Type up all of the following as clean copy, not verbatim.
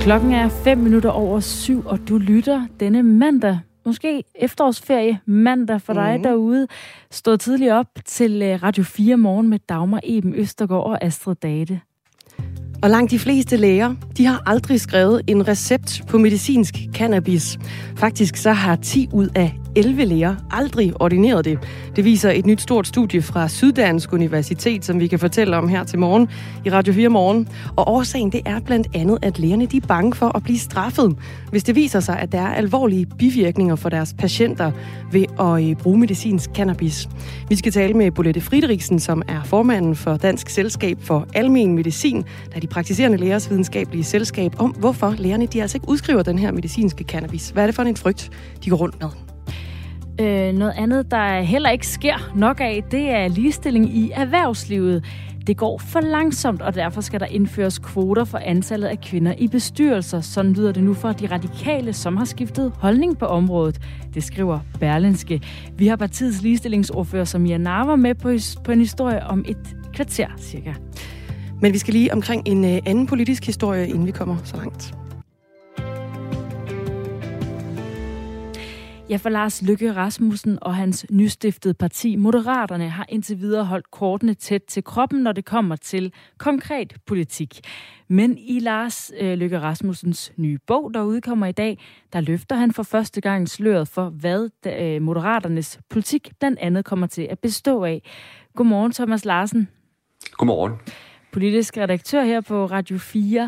Klokken er 7:05, og du lytter denne mandag, måske efterårsferie mandag for dig derude, stod tidligt op til Radio 4 morgen med Dagmar Eben Østergaard og Astrid Date. Og langt de fleste læger, de har aldrig skrevet en recept på medicinsk cannabis. Faktisk så har 10 ud af 11 læger aldrig ordineret det. Det viser et nyt stort studie fra Syddansk Universitet, som vi kan fortælle om her til morgen i Radio 4 morgen. Og årsagen det er blandt andet, at lægerne de er bange for at blive straffet, hvis det viser sig, at der er alvorlige bivirkninger for deres patienter ved at bruge medicinsk cannabis. Vi skal tale med Bolette Friedrichsen, som er formanden for Dansk Selskab for Almen Medicin, der er de praktiserende lægers videnskabelige selskab, om hvorfor lægerne de altså ikke udskriver den her medicinske cannabis. Hvad er det for en frygt, de går rundt med? Noget andet, der heller ikke sker nok af, det er ligestilling i erhvervslivet. Det går for langsomt, og derfor skal der indføres kvoter for antallet af kvinder i bestyrelser. Sådan lyder det nu fra de radikale, som har skiftet holdning på området. Det skriver Berlingske. Vi har partiets ligestillingsordfører Samira Nawa med på en historie om et kvarter cirka. Men vi skal lige omkring en anden politisk historie, inden vi kommer så langt. Ja, for Lars Løkke Rasmussen og hans nystiftede parti, Moderaterne, har indtil videre holdt kortene tæt til kroppen, når det kommer til konkret politik. Men i Lars Løkke Rasmussens nye bog, der udkommer i dag, der løfter han for første gang sløret for, hvad Moderaternes politik blandt andet kommer til at bestå af. Godmorgen, Thomas Larsen. Godmorgen. Politisk redaktør her på Radio 4.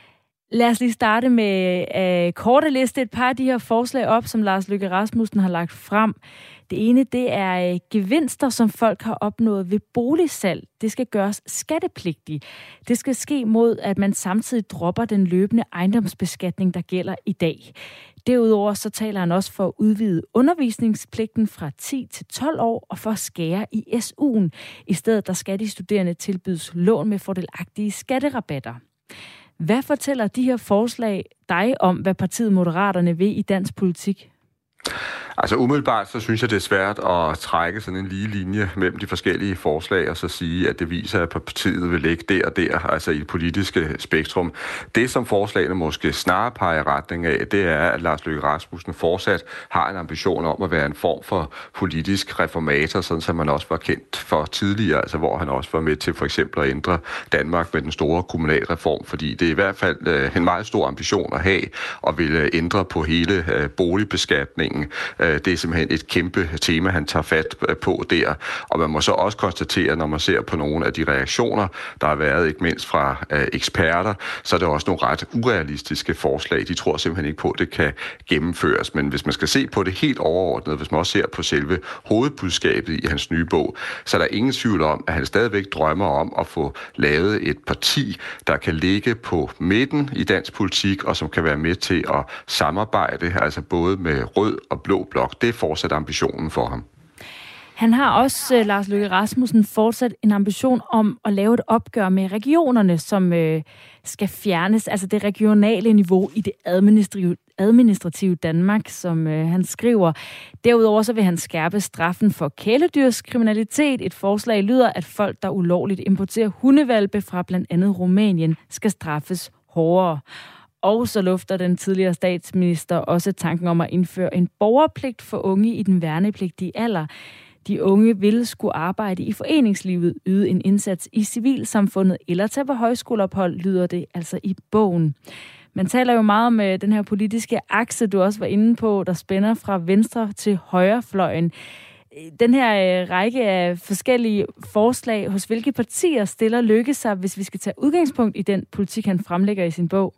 Lad os lige starte med korte liste et par af de her forslag op, som Lars Løkke Rasmussen har lagt frem. Det ene, det er gevinster, som folk har opnået ved boligsalg. Det skal gøres skattepligtigt. Det skal ske mod, at man samtidig dropper den løbende ejendomsbeskatning, der gælder i dag. Derudover så taler han også for at udvide undervisningspligten fra 10 til 12 år og for at skære i SU'en. I stedet der skal de studerende tilbydes lån med fordelagtige skatterabatter. Hvad fortæller de her forslag dig om, hvad partiet Moderaterne vil i dansk politik? Altså umiddelbart, så synes jeg, det er svært at trække sådan en lige linje mellem de forskellige forslag, og så sige, at det viser, at partiet vil ligge der og der, altså i det politiske spektrum. Det, som forslagene måske snarere peger i retning af, det er, at Lars Løkke Rasmussen fortsat har en ambition om at være en form for politisk reformator, sådan som man også var kendt for tidligere, altså hvor han også var med til for eksempel at ændre Danmark med den store kommunalreform, fordi det er i hvert fald en meget stor ambition at have, og ville ændre på hele boligbeskatningen. Det er simpelthen et kæmpe tema, han tager fat på der. Og man må så også konstatere, når man ser på nogle af de reaktioner, der har været, ikke mindst fra eksperter, så er det også nogle ret urealistiske forslag. De tror simpelthen ikke på, at det kan gennemføres. Men hvis man skal se på det helt overordnet, hvis man også ser på selve hovedbudskabet i hans nye bog, så er der ingen tvivl om, at han stadigvæk drømmer om at få lavet et parti, der kan ligge på midten i dansk politik, og som kan være med til at samarbejde, altså både med rød og blå blok. Det er fortsat ambitionen for ham. Han har også, Lars Løkke Rasmussen, fortsat en ambition om at lave et opgør med regionerne, som skal fjernes, altså det regionale niveau i det administrative Danmark, som han skriver. Derudover så vil han skærpe straffen for kæledyrskriminalitet. Et forslag lyder, at folk, der ulovligt importerer hundevalpe fra blandt andet Rumænien, skal straffes hårdere. Og så lufter den tidligere statsminister også tanken om at indføre en borgerpligt for unge i den værnepligtige alder. De unge vil skulle arbejde i foreningslivet, yde en indsats i civilsamfundet eller tage på højskoleophold, lyder det altså i bogen. Man taler jo meget om den her politiske akse, du også var inde på, der spænder fra venstre til højrefløjen. Den her række af forskellige forslag, hos hvilke partier stiller Løkke sig, hvis vi skal tage udgangspunkt i den politik, han fremlægger i sin bog?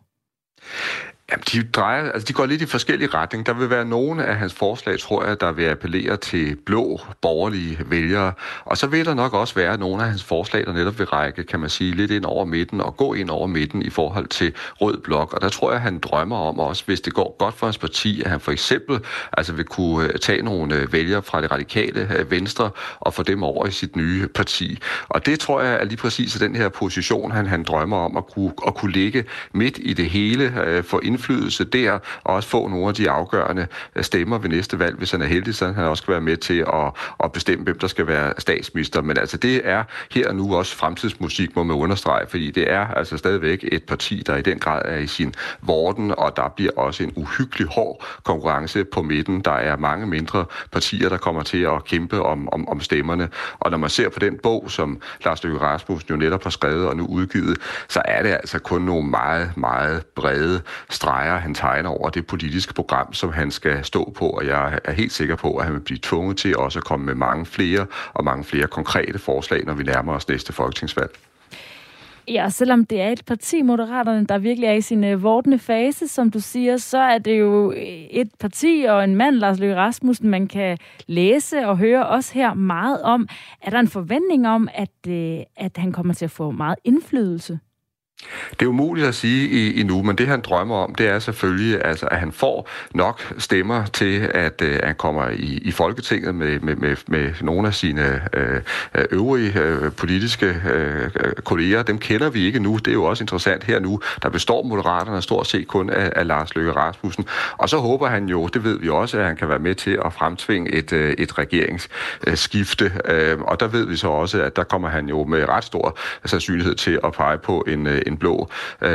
Jamen, de går lidt i forskellige retning. Der vil være nogle af hans forslag, tror jeg, der vil appellere til blå, borgerlige vælgere. Og så vil der nok også være nogle af hans forslag, der netop vil række, kan man sige, lidt ind over midten og gå ind over midten i forhold til rød blok. Og der tror jeg, han drømmer om også, hvis det går godt for hans parti, at han for eksempel altså vil kunne tage nogle vælgere fra det radikale venstre og få dem over i sit nye parti. Og det tror jeg er lige præcis den her position, han drømmer om at kunne ligge midt i det hele, få indflydelse indflydelse der, og også få nogle af de afgørende stemmer ved næste valg, hvis han er heldig, så han også skal være med til at bestemme, hvem der skal være statsminister. Men altså det er her og nu også fremtidsmusik, må man understrege, fordi det er altså stadigvæk et parti, der i den grad er i sin vorden, og der bliver også en uhyggelig hård konkurrence på midten. Der er mange mindre partier, der kommer til at kæmpe om stemmerne. Og når man ser på den bog, som Lars Løkke Rasmussen jo netop har skrevet og nu udgivet, så er det altså kun nogle meget, meget brede streger, han tegner over det politiske program, som han skal stå på. Og jeg er helt sikker på, at han vil blive tvunget til også at komme med mange flere konkrete forslag, når vi nærmer os næste folketingsvalg. Ja, selvom det er et parti, Moderaterne, der virkelig er i sin vordende fase, som du siger, så er det jo et parti og en mand, Lars Løkke Rasmussen, man kan læse og høre også her meget om. Er der en forventning om, at han kommer til at få meget indflydelse? Det er umuligt at sige endnu, men det han drømmer om, det er selvfølgelig, altså, at han får nok stemmer til, at han kommer i Folketinget med nogle af sine øvrige politiske kolleger. Dem kender vi ikke nu. Det er jo også interessant her nu. Der består Moderaterne stort set kun af Lars Løkke Rasmussen. Og så håber han jo, det ved vi også, at han kan være med til at fremtvinge et regeringsskifte. Og der ved vi så også, at der kommer han jo med ret stor sandsynlighed til at pege på en blå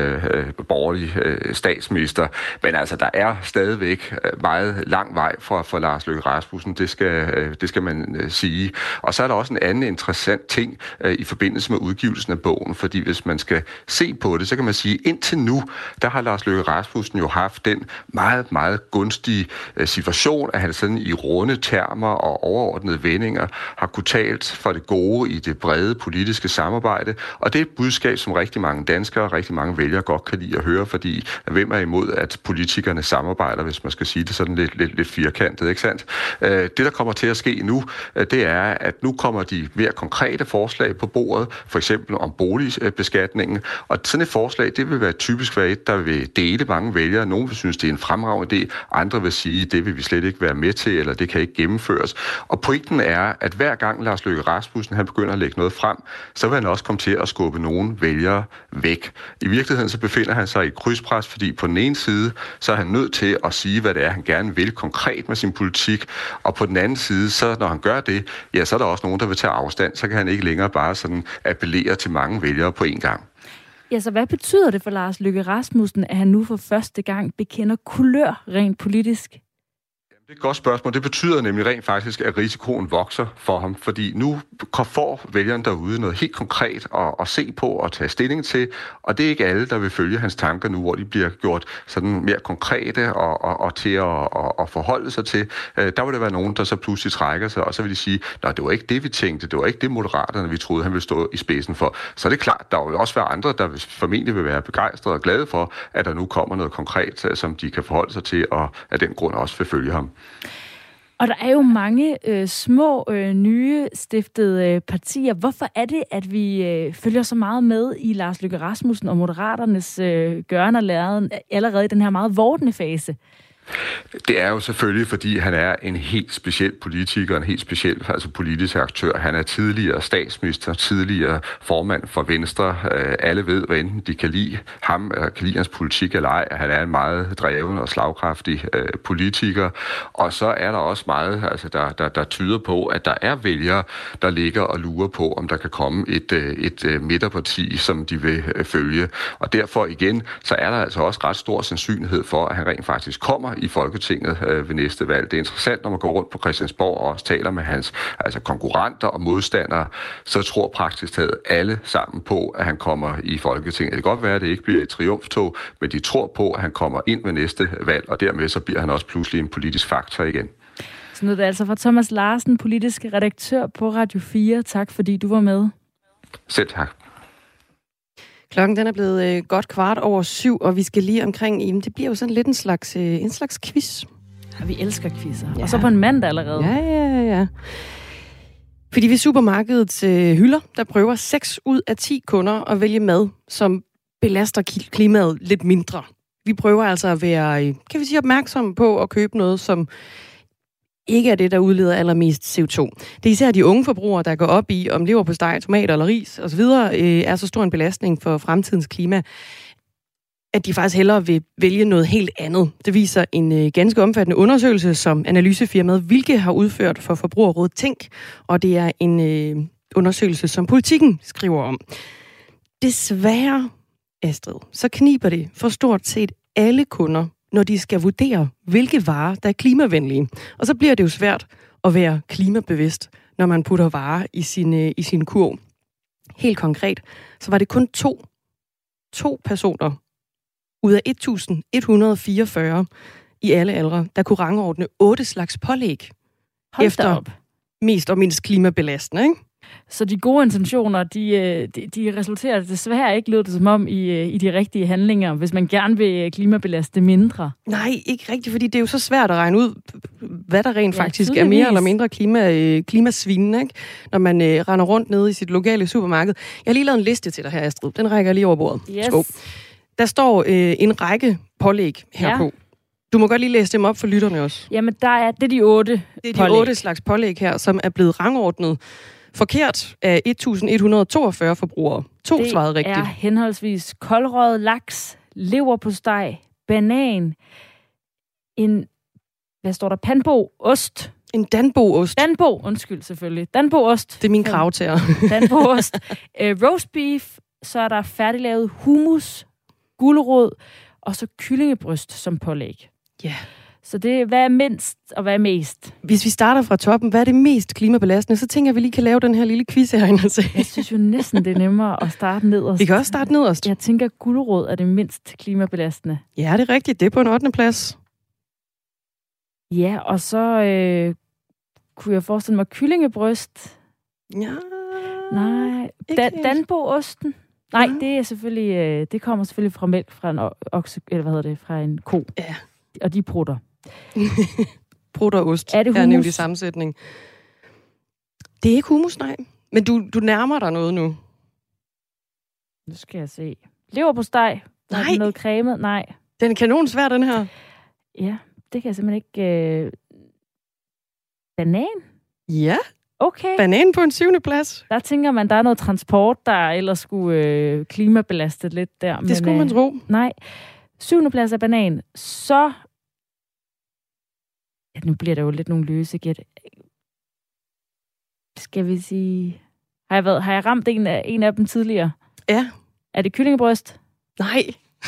borgerlig statsminister. Men altså, der er stadigvæk meget lang vej for Lars Løkke Rasmussen, det skal man sige. Og så er der også en anden interessant ting i forbindelse med udgivelsen af bogen, fordi hvis man skal se på det, så kan man sige, indtil nu, der har Lars Løkke Rasmussen jo haft den meget, meget gunstige situation, at han sådan i runde termer og overordnede vendinger har kunne talt for det gode i det brede politiske samarbejde, og det er et budskab, som rigtig mange danskere og rigtig mange vælgere godt kan lide at høre, fordi hvem er imod, at politikerne samarbejder, hvis man skal sige det sådan lidt firkantet, ikke sandt? Det, der kommer til at ske nu, det er, at nu kommer de mere konkrete forslag på bordet, for eksempel om boligbeskatningen, og sådan et forslag, det vil være typisk være et, der vil dele mange vælgere. Nogle vil synes, det er en fremragende idé, andre vil sige, det vil vi slet ikke være med til, eller det kan ikke gennemføres. Og pointen er, at hver gang Lars Løkke Rasmussen han begynder at lægge noget frem, så vil han også komme til at skubbe nogle vælgere væk. I virkeligheden så befinder han sig i krydspres, fordi på den ene side, så er han nødt til at sige, hvad det er, han gerne vil konkret med sin politik, og på den anden side, så når han gør det, ja, så er der også nogen, der vil tage afstand, så kan han ikke længere bare sådan appellere til mange vælgere på én gang. Ja, så hvad betyder det for Lars Løkke Rasmussen, at han nu for første gang bekender kulør rent politisk? Det er et godt spørgsmål. Det betyder nemlig rent faktisk, at risikoen vokser for ham, fordi nu får vælgerne derude noget helt konkret at se på og tage stilling til, og det er ikke alle, der vil følge hans tanker nu, hvor de bliver gjort sådan mere konkrete og til at forholde sig til. Der vil der være nogen, der så pludselig trækker sig, og så vil de sige, nej, det var ikke det, vi tænkte, det var ikke det Moderaterne, vi troede, han ville stå i spidsen for. Så er det klart, der vil også være andre, der formentlig vil være begejstrede og glade for, at der nu kommer noget konkret, som de kan forholde sig til, og af den grund også vil følge ham. Og der er jo mange små, nye stiftede partier. Hvorfor er det, at vi følger så meget med i Lars Løkke Rasmussen og Moderaternes gøren og læren allerede i den her meget vordende fase? Det er jo selvfølgelig, fordi han er en helt speciel politiker, en helt speciel politisk aktør. Han er tidligere statsminister, tidligere formand for Venstre. Alle ved, hvad enten de kan lide ham, eller kan lide hans politik eller ej. Han er en meget dreven og slagkraftig politiker. Og så er der også meget, der tyder på, at der er vælgere, der ligger og lurer på, om der kan komme et midterparti, som de vil følge. Og derfor igen, så er der altså også ret stor sandsynlighed for, at han rent faktisk kommer i Folketinget ved næste valg. Det er interessant, når man går rundt på Christiansborg og også taler med hans konkurrenter og modstandere, så tror praktisk taget alle sammen på, at han kommer i Folketinget. Det kan godt være, at det ikke bliver et triumftog, men de tror på, at han kommer ind ved næste valg, og dermed så bliver han også pludselig en politisk faktor igen. Så nu er det altså fra Thomas Larsen, politisk redaktør på Radio 4. Tak fordi du var med. Selv tak. Klokken den er blevet godt 7:15, og vi skal lige omkring, det bliver jo sådan lidt en slags quiz. Ja, vi elsker quizzer. Ja. Og så på en mandag allerede. Ja. Fordi ved supermarkedets hylder, der prøver 6 ud af 10 kunder at vælge mad, som belaster klimaet lidt mindre. Vi prøver altså at være, kan vi sige, opmærksomme på at købe noget, som ikke er det, der udleder allermest CO2. Det er især de unge forbrugere, der går op i, om leverpostej, tomater eller ris osv. Er så stor en belastning for fremtidens klima. at de faktisk hellere vil vælge noget helt andet. Det viser en ganske omfattende undersøgelse, som analysefirmaet Vilke har udført for Forbrugerrådet Tænk, og det er en undersøgelse, som Politikken skriver om. Desværre, Astrid, så kniber det for stort set alle kunder, når de skal vurdere, hvilke varer, der er klimavenlige. Og så bliver det jo svært at være klimabevidst, når man putter varer i sin kurv. Helt konkret, så var det kun to personer ud af 1.144 i alle aldre, der kunne rangordne 8 slags pålæg. Efter mest og mindst klimabelastende, ikke? Så de gode intentioner, de resulterer desværre ikke, lød det som om, i de rigtige handlinger, hvis man gerne vil klimabelaste mindre. Nej, ikke rigtigt, fordi det er jo så svært at regne ud, hvad der rent faktisk er mere eller mindre klimasvinende, ikke? Når man render rundt nede i sit lokale supermarked. Jeg har lige lavet en liste til dig her, Astrid. Den rækker lige over bordet. Yes. Skål. Der står en række pålæg herpå. Ja. Du må godt lige læse dem op for lytterne også. Jamen, det er de 8 Det er de 8 slags pålæg her, som er blevet rangordnet forkert af 1.142 forbrugere. 2 svarede rigtigt. Det er henholdsvis koldrøget laks, leverpostej, banan, hvad står der? Panbo-ost. En Danbo-ost. Undskyld selvfølgelig. Danbo-ost. Det er min kravtæer. Danbo-ost. Roast beef, så er der færdiglavet hummus, gulerod, og så kyllingebryst som pålæg. Ja. Så det er, hvad er mindst og hvad er mest? Hvis vi starter fra toppen, hvad er det mest klimabelastende? Så tænker jeg, at vi lige kan lave den her lille quiz herinde. Jeg synes jo næsten, det er nemmere at starte nederst. Vi kan også starte nederst. Jeg tænker, at gulerod er det mindst klimabelastende. Ja, det er rigtigt. Det er på en 8. plads. Ja, og så kunne jeg forestille mig kyllingebryst. Ja. Nej. Danbo-osten. Nej, det er selvfølgelig, det kommer selvfølgelig fra mælk fra en okse, eller fra en ko. Ja. Og de prutter. Prutter og ost. Er det hummus? Er nævnt i sammensætning. Det er ikke hummus, nej. Men du nærmer dig noget nu. Nu skal jeg se. Leverpostej. Nej. Er det noget cremet? Nej. Den er kanonsvær, den her. Ja, det kan jeg simpelthen ikke. Banan? Ja. Okay. Banan på en 7. plads. Der tænker man, der er noget transport, der ellers skulle klimabelaste lidt der. Det skulle man tro. Nej. 7. plads er banan. Så... Ja, nu bliver der jo lidt nogle løse gæt. Skal vi sige... Har jeg ramt en af dem tidligere? Ja. Er det kyllingebryst? Nej.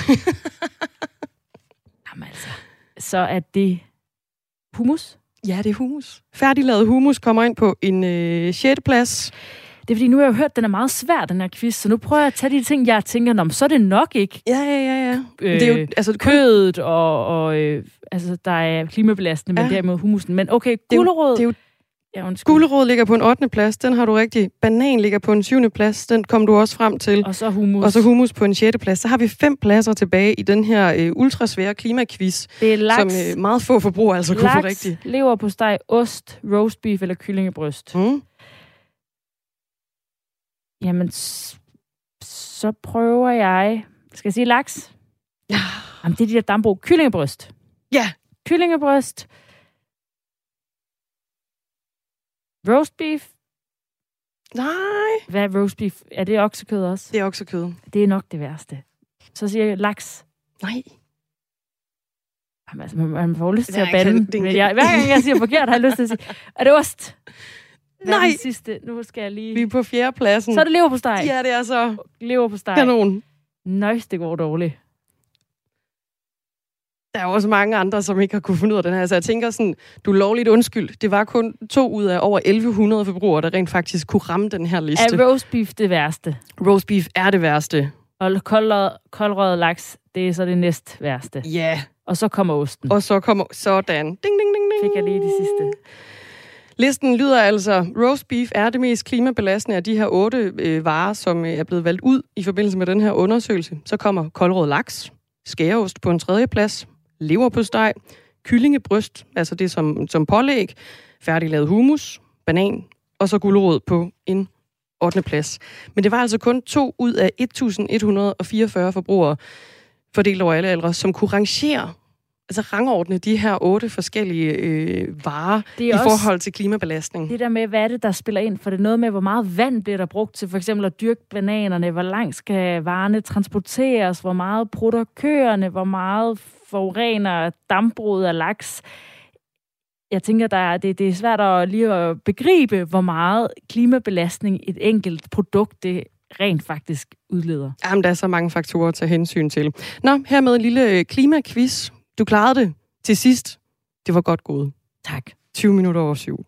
Jamen altså. Så er det hummus? Ja, det er hummus. Færdiglavet hummus kommer ind på en 6. plads. Det er fordi, nu har jeg jo hørt, at den er meget svær, den her quiz, så nu prøver jeg at tage de ting, jeg tænker, så er det nok ikke. Ja. Det er jo, altså, kødet og altså, der er klimabelastende, men derimod hummusen. Men okay, gulerod. Det er jo gulerod ligger på en 8. plads, den har du rigtig. Banan ligger på en 7. plads, den kom du også frem til. Og så hummus. Og så hummus på en 6. plads. Så har vi 5 pladser tilbage i den her ultrasvære klimaquiz, det er laks, som meget få forbrugere altså kunne få rigtigt. Laks, leverpostej, ost, roast beef eller kyllingebryst. Jamen, så prøver jeg... Skal jeg sige laks? Ja. Jamen, det er de der Dambo. Kyllingebryst. Ja. Kyllingebryst. Roast beef. Nej. Hvad er roast beef? Er det oksekød også? Det er oksekød. Det er nok det værste. Så siger jeg laks. Nej. Jamen, altså, man får lyst til at bande. Men hver gang jeg siger forkert, har jeg lyst til at sige, er det ost? Nej. Den sidste. Nu skal jeg lige... Vi er på 4. pladsen. Så er det leverpostej. Ja, det er så. Leverpostej. Kanon. Nøjs, det går dårligt. Der er også mange andre, som ikke har kunne finde ud af den her. Så jeg tænker sådan, du er lovligt undskyld. Det var kun 2 ud af over 1.100 forbrugere, der rent faktisk kunne ramme den her liste. Er roast beef det værste? Roast beef er det værste. Og koldrøget laks, det er så det næst værste. Ja. Yeah. Og så kommer osten. Og så kommer... Sådan. Ding, ding, ding, ding. Fik jeg lige de sidste. Listen lyder altså, roast beef er det mest klimabelastende af de her 8 varer, som er blevet valgt ud i forbindelse med den her undersøgelse. Så kommer koldrød laks, skæreost på en 3. plads, leverpostej, kyllingebryst, altså det som pålæg, færdiglavet hummus, banan og så gulerod på en 8. plads. Men det var altså kun 2 ud af 1.144 forbrugere, fordelt over alle aldre, som kunne rangere rangordne de her 8 forskellige varer i forhold til klimabelastning? Det der med, hvad er det, der spiller ind? For det er noget med, hvor meget vand bliver der brugt til for eksempel at dyrke bananerne, hvor langt skal varerne transporteres, hvor meget prutter køerne, hvor meget forurener dambrud af laks. Jeg tænker, det er svært at begribe, hvor meget klimabelastning et enkelt produkt det rent faktisk udleder. Jamen, der er så mange faktorer at tage hensyn til. Nå, hermed en lille klimaquiz. Du klarede det til sidst. Det var godt gået. Tak. 20 minutter over 7.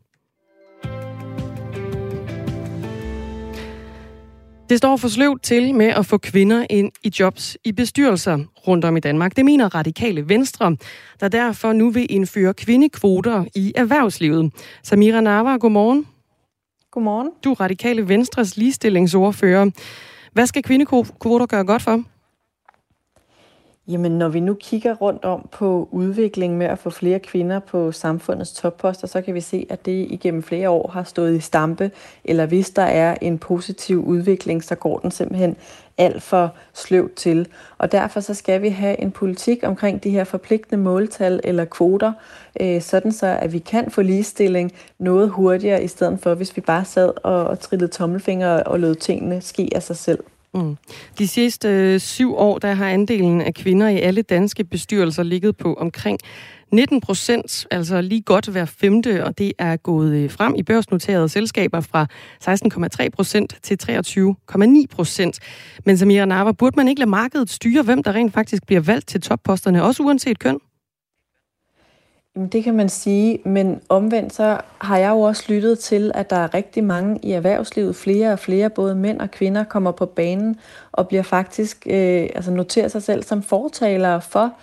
Det står for sløvt til med at få kvinder ind i jobs i bestyrelser rundt om i Danmark. Det mener Radikale Venstre, der derfor nu vil indføre kvindekvoter i erhvervslivet. Samira Nawa, godmorgen. Godmorgen. Du er Radikale Venstres ligestillingsordfører. Hvad skal kvindekvoter gøre godt for? Jamen, når vi nu kigger rundt om på udviklingen med at få flere kvinder på samfundets topposter, så kan vi se, at det igennem flere år har stået i stampe, eller hvis der er en positiv udvikling, så går den simpelthen alt for sløvt til. Og derfor så skal vi have en politik omkring de her forpligtende måltal eller kvoter, sådan så at vi kan få ligestilling noget hurtigere, i stedet for hvis vi bare sad og trillede tommelfingre og lod tingene ske af sig selv. De sidste 7 år, der har andelen af kvinder i alle danske bestyrelser ligget på omkring 19%, altså lige godt hver femte, og det er gået frem i børsnoterede selskaber fra 16,3% til 23,9%. Men Samira Nawa, burde man ikke lade markedet styre, hvem der rent faktisk bliver valgt til topposterne, også uanset køn? Det kan man sige, men omvendt så har jeg jo også lyttet til, at der er rigtig mange i erhvervslivet, flere og flere, både mænd og kvinder, kommer på banen og bliver faktisk noterer sig selv som fortalere for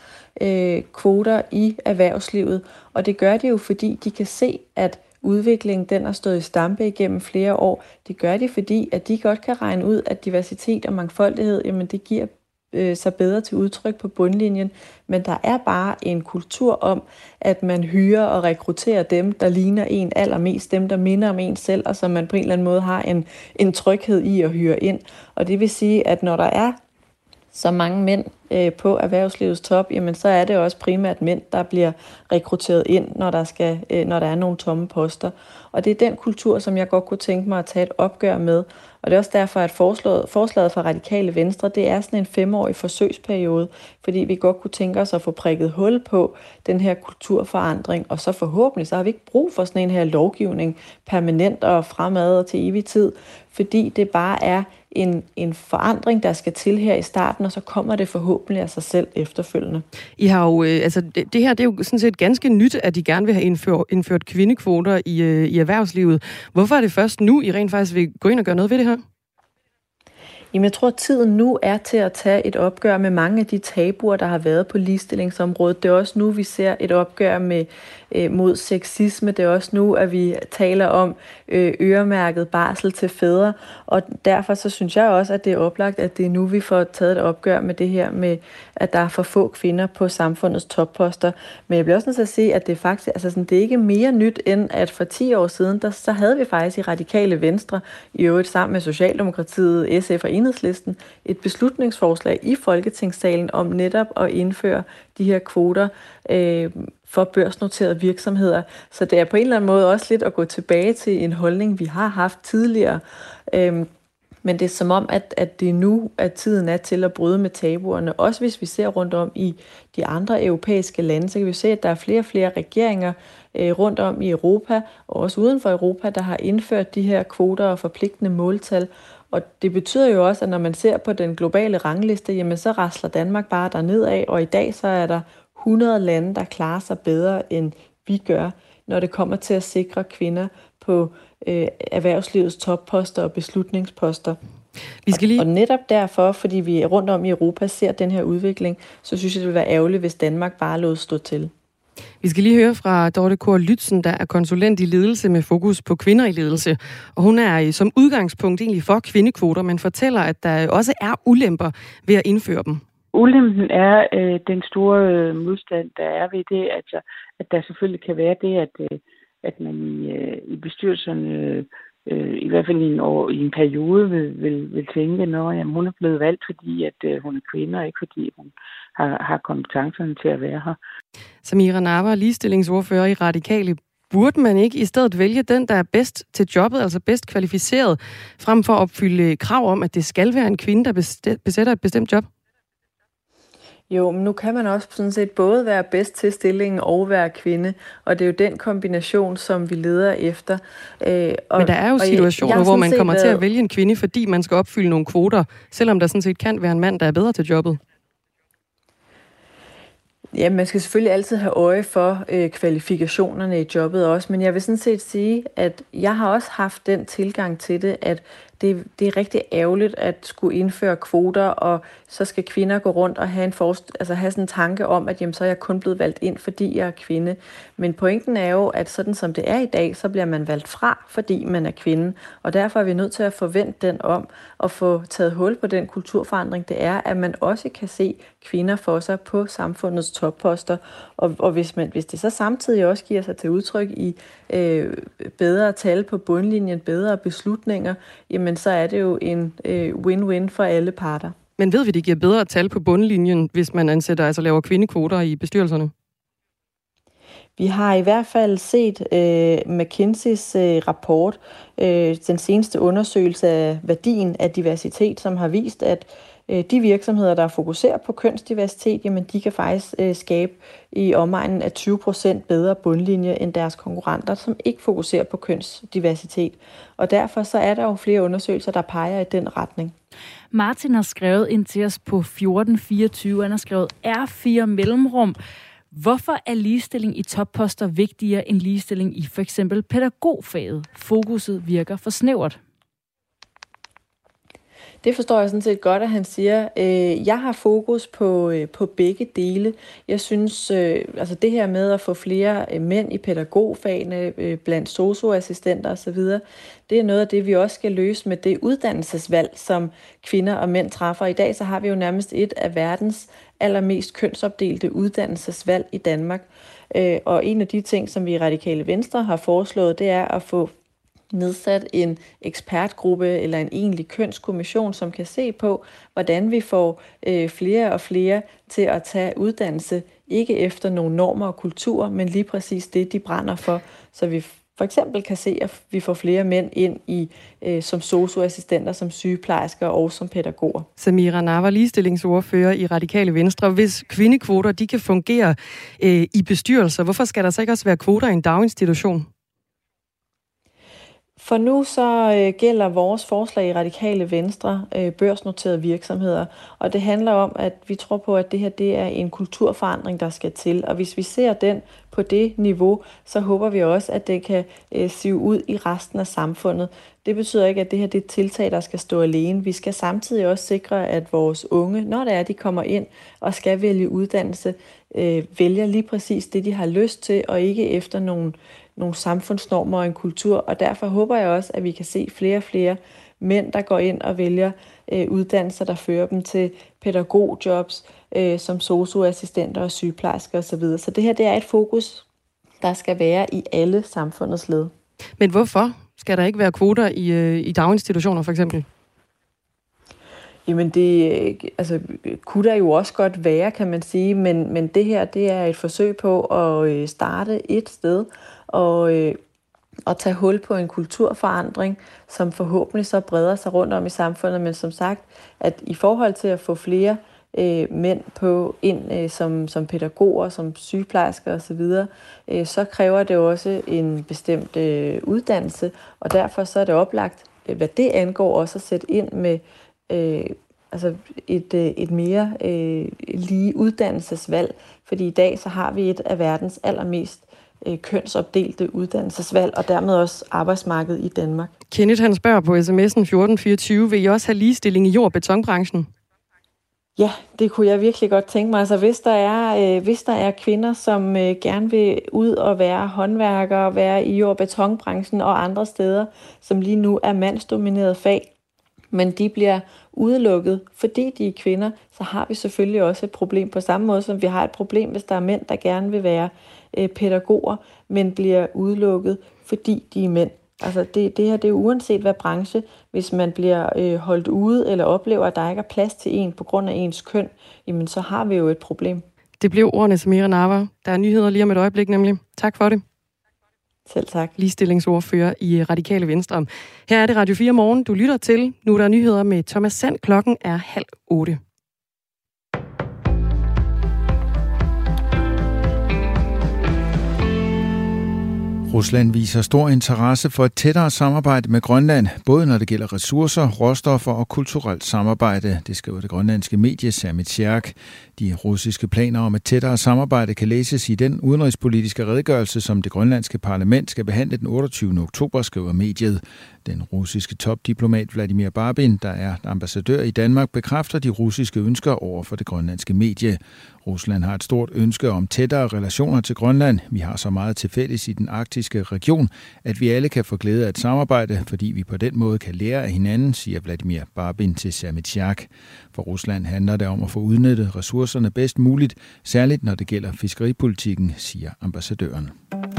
kvoter i erhvervslivet. Og det gør de jo, fordi de kan se, at udviklingen den har stået i stampe igennem flere år. Det gør de, fordi at de godt kan regne ud, at diversitet og mangfoldighed, jamen det giver så bedre til udtryk på bundlinjen, men der er bare en kultur om, at man hyrer og rekrutterer dem, der ligner en allermest, dem der minder om en selv, og som man på en eller anden måde har en tryghed i at hyre ind. Og det vil sige, at når der er så mange mænd på erhvervslivets top, jamen så er det også primært mænd, der bliver rekrutteret ind, når der er nogle tomme poster. Og det er den kultur, som jeg godt kunne tænke mig at tage et opgør med. Og det er også derfor, at forslaget fra Radikale Venstre, det er sådan en 5-årig forsøgsperiode, fordi vi godt kunne tænke os at få prikket hul på den her kulturforandring, og så forhåbentlig, så har vi ikke brug for sådan en her lovgivning permanent og fremad og til evig tid, fordi det bare er en forandring, der skal til her i starten, og så kommer det forhåbentlig af sig selv efterfølgende. I har jo, det her det er jo sådan set ganske nyt, at de gerne vil have indført kvindekvoter i erhvervslivet. Hvorfor er det først nu, I rent faktisk vil gå ind og gøre noget ved det her? Jamen, jeg tror, at tiden nu er til at tage et opgør med mange af de tabuer, der har været på ligestillingsområdet. Det er også nu, vi ser et opgør mod sexisme. Det er også nu, at vi taler om øremærket barsel til fædre. Og derfor så synes jeg også, at det er oplagt, at det er nu, vi får taget et opgør med det her med, at der er for få kvinder på samfundets topposter. Men jeg bliver også nødt til at sige, at det er faktisk, det er ikke mere nyt, end at for 10 år siden, så havde vi faktisk i Radikale Venstre, i øvrigt sammen med Socialdemokratiet, SF og Enhedslisten, et beslutningsforslag i Folketingssalen om netop at indføre de her kvoter for børsnoterede virksomheder. Så det er på en eller anden måde også lidt at gå tilbage til en holdning, vi har haft tidligere. Men det er som om, at det nu er tiden er til at bryde med tabuerne. Også hvis vi ser rundt om i de andre europæiske lande, så kan vi se, at der er flere og flere regeringer rundt om i Europa, og også uden for Europa, der har indført de her kvoter og forpligtende måltal. Og det betyder jo også, at når man ser på den globale rangliste, jamen så rasler Danmark bare dernedad, og i dag så er der 100 lande, der klarer sig bedre, end vi gør, når det kommer til at sikre kvinder på erhvervslivets topposter og beslutningsposter. Og netop derfor, fordi vi rundt om i Europa ser den her udvikling, så synes jeg, det vil være ærgerligt, hvis Danmark bare lod stå til. Vi skal lige høre fra Dorte Kåre Lützen, der er konsulent i ledelse med fokus på kvinder i ledelse. Og hun er som udgangspunkt egentlig for kvindekvoter, men fortæller, at der også er ulemper ved at indføre dem. Ulempen er den store modstand, der er ved det, at der selvfølgelig kan være det, at man i bestyrelserne i hvert fald i en periode vil tænke, at hun er blevet valgt, fordi at hun er kvinde, og ikke fordi hun har kompetencerne til at være her. Samira Nawa, ligestillingsordfører i Radikale. Burde man ikke i stedet vælge den, der er bedst til jobbet, altså bedst kvalificeret, frem for at opfylde krav om, at det skal være en kvinde, der besætter et bestemt job? Jo, men nu kan man også sådan set både være bedst til stillingen og være kvinde, og det er jo den kombination, som vi leder efter. Men der er jo situationer, hvor man kommer til at vælge en kvinde, fordi man skal opfylde nogle kvoter, selvom der sådan set kan være en mand, der er bedre til jobbet. Ja, man skal selvfølgelig altid have øje for kvalifikationerne i jobbet også, men jeg vil sådan set sige, at jeg har også haft den tilgang til det, at det er rigtig ærgerligt at skulle indføre kvoter, og så skal kvinder gå rundt og have have sådan en tanke om, at jamen, så er jeg kun blevet valgt ind, fordi jeg er kvinde. Men pointen er jo, at sådan som det er i dag, så bliver man valgt fra, fordi man er kvinde. Og derfor er vi nødt til at forvente den om og få taget hul på den kulturforandring, det er, at man også kan se kvinder for sig på samfundets topposter. Og hvis det så samtidig også giver sig til udtryk i bedre tal på bundlinjen, bedre beslutninger, jamen så er det jo en win-win for alle parter. Men ved vi, det giver bedre tal på bundlinjen, hvis man laver kvindekvoter i bestyrelserne? Vi har i hvert fald set McKinseys rapport, den seneste undersøgelse af værdien af diversitet, som har vist, at de virksomheder, der fokuserer på kønsdiversitet, jamen de kan faktisk skabe i omegnen af 20% bedre bundlinje end deres konkurrenter, som ikke fokuserer på kønsdiversitet. Og derfor så er der jo flere undersøgelser, der peger i den retning. Martin har skrevet ind til os på 1424. Han har skrevet R4 mellemrum. Hvorfor er ligestilling i topposter vigtigere end ligestilling i for eksempel pædagogfaget? Fokuset virker for snævert. Det forstår jeg sådan set godt, at han siger. Jeg har fokus på begge dele. Jeg synes, det her med at få flere mænd i pædagogfagene, blandt sosu-assistenter osv., det er noget af det, vi også skal løse med det uddannelsesvalg, som kvinder og mænd træffer. I dag så har vi jo nærmest et af verdens allermest kønsopdelte uddannelsesvalg i Danmark. Og en af de ting, som vi i Radikale Venstre har foreslået, det er at få nedsat en ekspertgruppe eller en egentlig kønskommission, som kan se på, hvordan vi får flere og flere til at tage uddannelse, ikke efter nogle normer og kulturer, men lige præcis det, de brænder for, så vi for eksempel kan se, at vi får flere mænd ind i som sosu-assistenter, som sygeplejersker og som pædagoger. Samira Nawa, ligestillingsordfører i Radikale Venstre. Hvis kvindekvoter de kan fungere i bestyrelser, hvorfor skal der så ikke også være kvoter i en daginstitution? For nu så gælder vores forslag i Radikale Venstre børsnoterede virksomheder, og det handler om, at vi tror på, at det her det er en kulturforandring, der skal til. Og hvis vi ser den på det niveau, så håber vi også, at det kan sive ud i resten af samfundet. Det betyder ikke, at det her det er et tiltag, der skal stå alene. Vi skal samtidig også sikre, at vores unge, når det er, de kommer ind og skal vælge uddannelse, vælger lige præcis det, de har lyst til, og ikke efter nogle samfundsnormer og en kultur, og derfor håber jeg også, at vi kan se flere og flere mænd, der går ind og vælger uddannelser, der fører dem til pædagogjobs, som sosu-assistenter og sygeplejersker osv. Så det her, det er et fokus, der skal være i alle samfundets led. Men hvorfor skal der ikke være kvoter i daginstitutioner for eksempel? Jamen det kunne der jo også godt være, kan man sige, men det her, det er et forsøg på at starte et sted og tage hul på en kulturforandring, som forhåbentlig så breder sig rundt om i samfundet, men som sagt, at i forhold til at få flere mænd ind som pædagoger, som sygeplejersker osv., så kræver det også en bestemt uddannelse, og derfor så er det oplagt, hvad det angår, også at sætte ind med et mere lige uddannelsesvalg, fordi i dag så har vi et af verdens allermest kønsopdelte uddannelsesvalg, og dermed også arbejdsmarkedet i Danmark. Kenneth, han spørger på sms'en 1424, vil I også have ligestilling i jord- og betonbranchen? Ja, det kunne jeg virkelig godt tænke mig. Altså, hvis der er kvinder, som gerne vil ud og være håndværkere, være i jord- og betonbranchen og andre steder, som lige nu er mandsdomineret fag, men de bliver udelukket, fordi de er kvinder, så har vi selvfølgelig også et problem på samme måde, som vi har et problem, hvis der er mænd, der gerne vil være pædagoger, men bliver udelukket, fordi de er mænd. Altså det her, det er jo uanset hvad branche, hvis man bliver holdt ude eller oplever, at der ikke er plads til en på grund af ens køn, jamen så har vi jo et problem. Det blev ordene, Samira Nawa. Der er nyheder lige om et øjeblik nemlig. Tak for det. Selv tak. Ligestillingsordfører i Radikale Venstre. Her er det Radio 4 Morgen, du lytter til. Nu er der nyheder med Thomas Sand. Klokken er 7:30. Rusland viser stor interesse for et tættere samarbejde med Grønland, både når det gælder ressourcer, råstoffer og kulturelt samarbejde, det skriver det grønlandske medie Sermitsiaq. De russiske planer om et tættere samarbejde kan læses i den udenrigspolitiske redegørelse, som det grønlandske parlament skal behandle den 28. oktober, skriver mediet. Den russiske topdiplomat Vladimir Barbin, der er ambassadør i Danmark, bekræfter de russiske ønsker over for det grønlandske medie. Rusland har et stort ønske om tættere relationer til Grønland. Vi har så meget til fælles i den arktiske region, at vi alle kan få glæde af et samarbejde, fordi vi på den måde kan lære af hinanden, siger Vladimir Barbin til Sermitsiaq. For Rusland handler det om at få udnyttet ressourcerne bedst muligt, særligt når det gælder fiskeripolitikken, siger ambassadøren.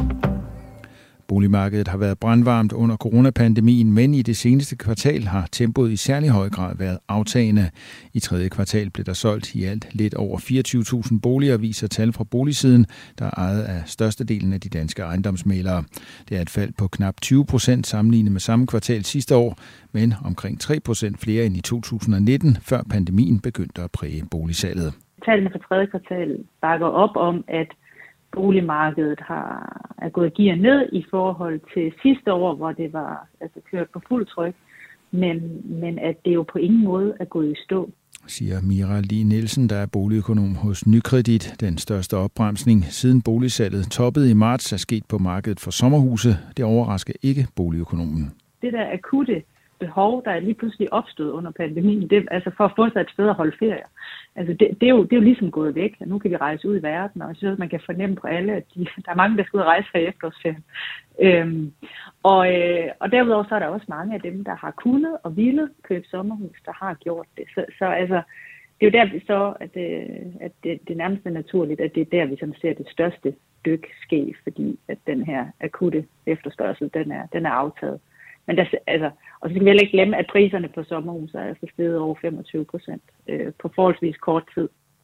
Boligmarkedet har været brandvarmt under coronapandemien, men i det seneste kvartal har tempoet i særlig høj grad været aftagende. I tredje kvartal blev der solgt i alt lidt over 24.000 boliger, viser tal fra Boligsiden, der er ejet af størstedelen af de danske ejendomsmælere. Det er et fald på knap 20% sammenlignet med samme kvartal sidste år, men omkring 3% flere end i 2019, før pandemien begyndte at præge boligsalget. Tallene for tredje kvartal bakker op om, at boligmarkedet er gået gear ned i forhold til sidste år, hvor det var kørt på fuld tryk, men at det jo på ingen måde er gået i stå. Siger Mira Lie Nielsen, der er boligøkonom hos Nykredit. Den største opbremsning siden boligsalget toppede i marts er sket på markedet for sommerhuse. Det overrasker ikke boligøkonomen. Det der akutte behov, der er lige pludselig opstået under pandemien, det altså for at få sig et sted at holde ferie. Altså det er jo ligesom gået væk, og nu kan vi rejse ud i verden, og jeg synes, man kan fornemme på alle, at der er mange, der skal ud og rejse her i efterårsferien. Og derudover så er der også mange af dem, der har kunnet og ville købe sommerhus, der har gjort det. Så altså, det er jo der, vi så, at det nærmest er naturligt, at det er der, vi sådan ser det største dyk ske, fordi at den her akutte efterspørgsel, den er aftaget. Men og så skal vi heller ikke glemme, at priserne på sommerhus er steget over 25% på forholdsvis kort tid.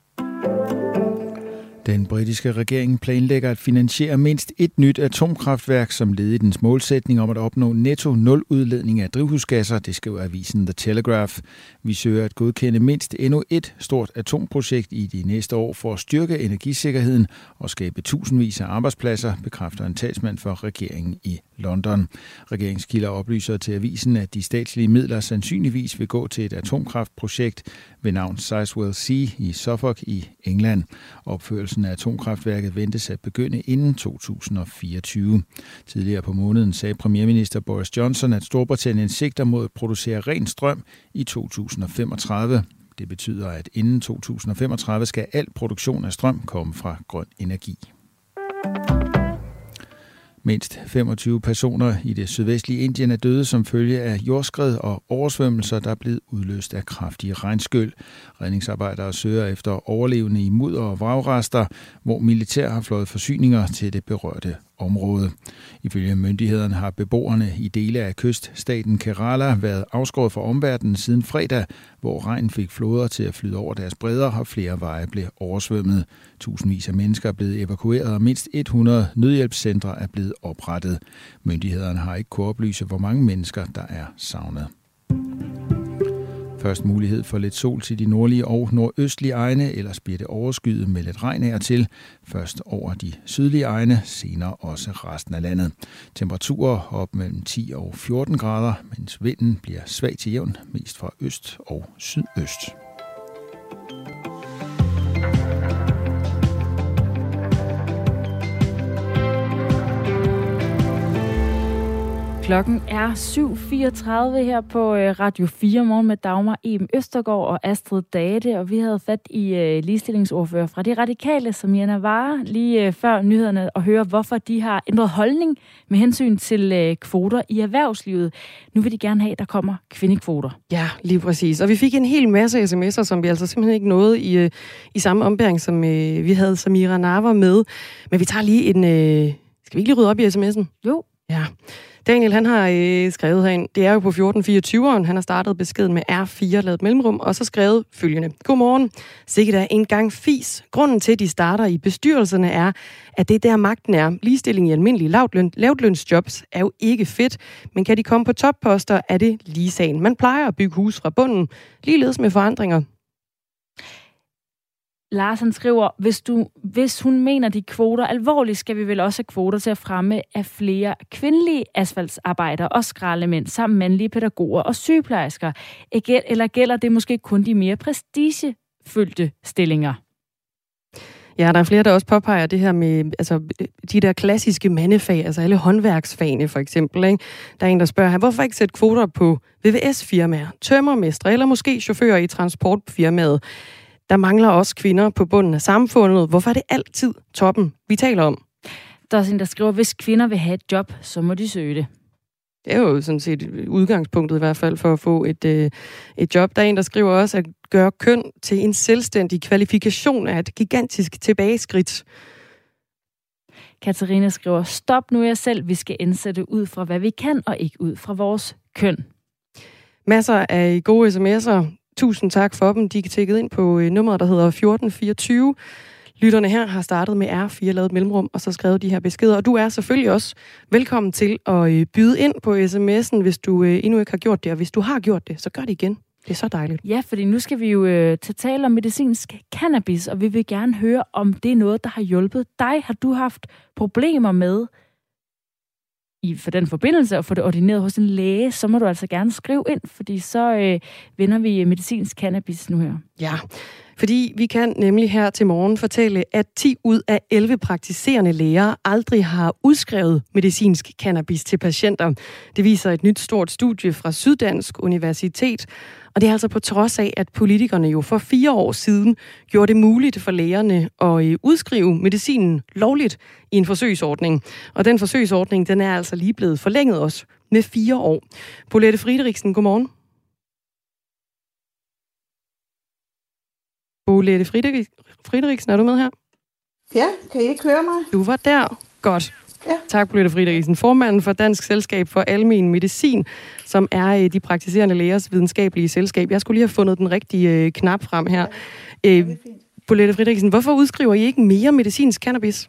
Den britiske regering planlægger at finansiere mindst et nyt atomkraftværk som led i dens målsætning om at opnå netto nul udledning af drivhusgasser, det skriver avisen The Telegraph. Vi søger at godkende mindst endnu et stort atomprojekt i de næste år for at styrke energisikkerheden og skabe tusindvis af arbejdspladser, bekræfter en talsmand for regeringen i London. Regeringskilder oplyser til avisen, at de statslige midler sandsynligvis vil gå til et atomkraftprojekt ved navn Sizewell C i Suffolk i England. Opførelsen af atomkraftværket ventes at begynde inden 2024. Tidligere på måneden sagde premierminister Boris Johnson, at Storbritannien sigter mod at producere ren strøm i 2035. Det betyder, at inden 2035 skal al produktion af strøm komme fra grøn energi. Mindst 25 personer i det sydvestlige Indien er døde som følge af jordskred og oversvømmelser, der er blevet udløst af kraftige regnskyl. Redningsarbejdere søger efter overlevende i mudder og vragrester, hvor militær har fløjet forsyninger til det berørte område. Ifølge myndighederne har beboerne i dele af kyststaten Kerala været afskåret fra omverdenen siden fredag, hvor regn fik floder til at flyde over deres bredder og flere veje blev oversvømmet. Tusindvis af mennesker er blevet evakueret, og mindst 100 nødhjælpscentre er blevet oprettet. Myndighederne har ikke kunnet oplyse, hvor mange mennesker der er savnet. Først mulighed for lidt sol til de nordlige og nordøstlige egne, ellers bliver det overskyet med lidt regn af til. Først over de sydlige egne, senere også resten af landet. Temperaturer op mellem 10 og 14 grader, mens vinden bliver svag til jævn, mest fra øst og sydøst. Klokken er 7.34 her på Radio 4 morgen med Dagmar Eben Østergaard og Astrid Date, og vi havde fat i ligestillingsordfører fra De Radikale, Samira Nawa, lige før nyhederne, og høre, hvorfor de har ændret holdning med hensyn til kvoter i erhvervslivet. Nu vil de gerne have, at der kommer kvindekvoter. Ja, lige præcis. Og vi fik en hel masse sms'er, som vi altså simpelthen ikke nåede i samme ombæring, som vi havde Samira Nawa med. Men vi tager lige en... Skal vi ikke lige rydde op i sms'en? Jo. Ja. Daniel, han har skrevet herind, det er jo på 1424'eren, han har startet beskeden med R4, lavet mellemrum, og så skrevet følgende. Godmorgen. Sikkert er en gang fis. Grunden til, at de starter i bestyrelserne er, at det der magten er. Ligestilling i almindelige lavtlønsjobs er jo ikke fedt, men kan de komme på topposter, er det lige sagen. Man plejer at bygge hus fra bunden, ligeledes med forandringer. Larsen skriver, hvis hun mener de kvoter alvorligt, skal vi vel også have kvoter til at fremme af flere kvindelige asfaltsarbejdere og skraldemænd, samt mandlige pædagoger og sygeplejersker. Eller gælder det måske kun de mere prestigefyldte stillinger? Ja, der er flere, der også påpeger det her med de der klassiske mandefag, altså alle håndværksfagene for eksempel. Ikke? Der er en, der spørger her, hvorfor ikke sætte kvoter på VVS-firmaer, tømmermestre eller måske chauffører i transportfirmaet? Der mangler også kvinder på bunden af samfundet. Hvorfor er det altid toppen, vi taler om? Der er en, der skriver, hvis kvinder vil have et job, så må de søge det. Det er jo sådan set udgangspunktet i hvert fald for at få et job. Der er en, der skriver også, at gøre køn til en selvstændig kvalifikation er et gigantisk tilbageskridt. Katarina skriver, stop nu jer selv, vi skal indsætte ud fra, hvad vi kan, og ikke ud fra vores køn. Masser af gode sms'er. Tusind tak for dem. De er tækket ind på nummeret, der hedder 1424. Lytterne her har startet med R4, lavet mellemrum, og så skrevet de her beskeder. Og du er selvfølgelig også velkommen til at byde ind på sms'en, hvis du endnu ikke har gjort det. Og hvis du har gjort det, så gør det igen. Det er så dejligt. Ja, fordi nu skal vi jo tale om medicinsk cannabis, og vi vil gerne høre, om det er noget, der har hjulpet dig. Har du haft problemer med for den forbindelse at få det ordineret hos en læge, så må du altså gerne skrive ind, fordi så vender vi medicinsk cannabis nu her. Ja, fordi vi kan nemlig her til morgen fortælle, at 10 ud af 11 praktiserende læger aldrig har udskrevet medicinsk cannabis til patienter. Det viser et nyt stort studie fra Syddansk Universitet. Og det er altså på trods af, at politikerne jo for 4 år siden gjorde det muligt for lægerne at udskrive medicinen lovligt i en forsøgsordning. Og den forsøgsordning, den er altså lige blevet forlænget også med 4 år. Bolette Friedrichsen, godmorgen. Bolette Friedrichsen, er du med her? Ja, kan I ikke høre mig? Du var der. Godt. Ja. Tak, Bolette Friedrichsen, formanden for Dansk Selskab for Almen Medicin, som er de praktiserende lægers videnskabelige selskab. Jeg skulle lige have fundet den rigtige knap frem her. Ja, Bolette Friedrichsen, hvorfor udskriver I ikke mere medicinsk cannabis?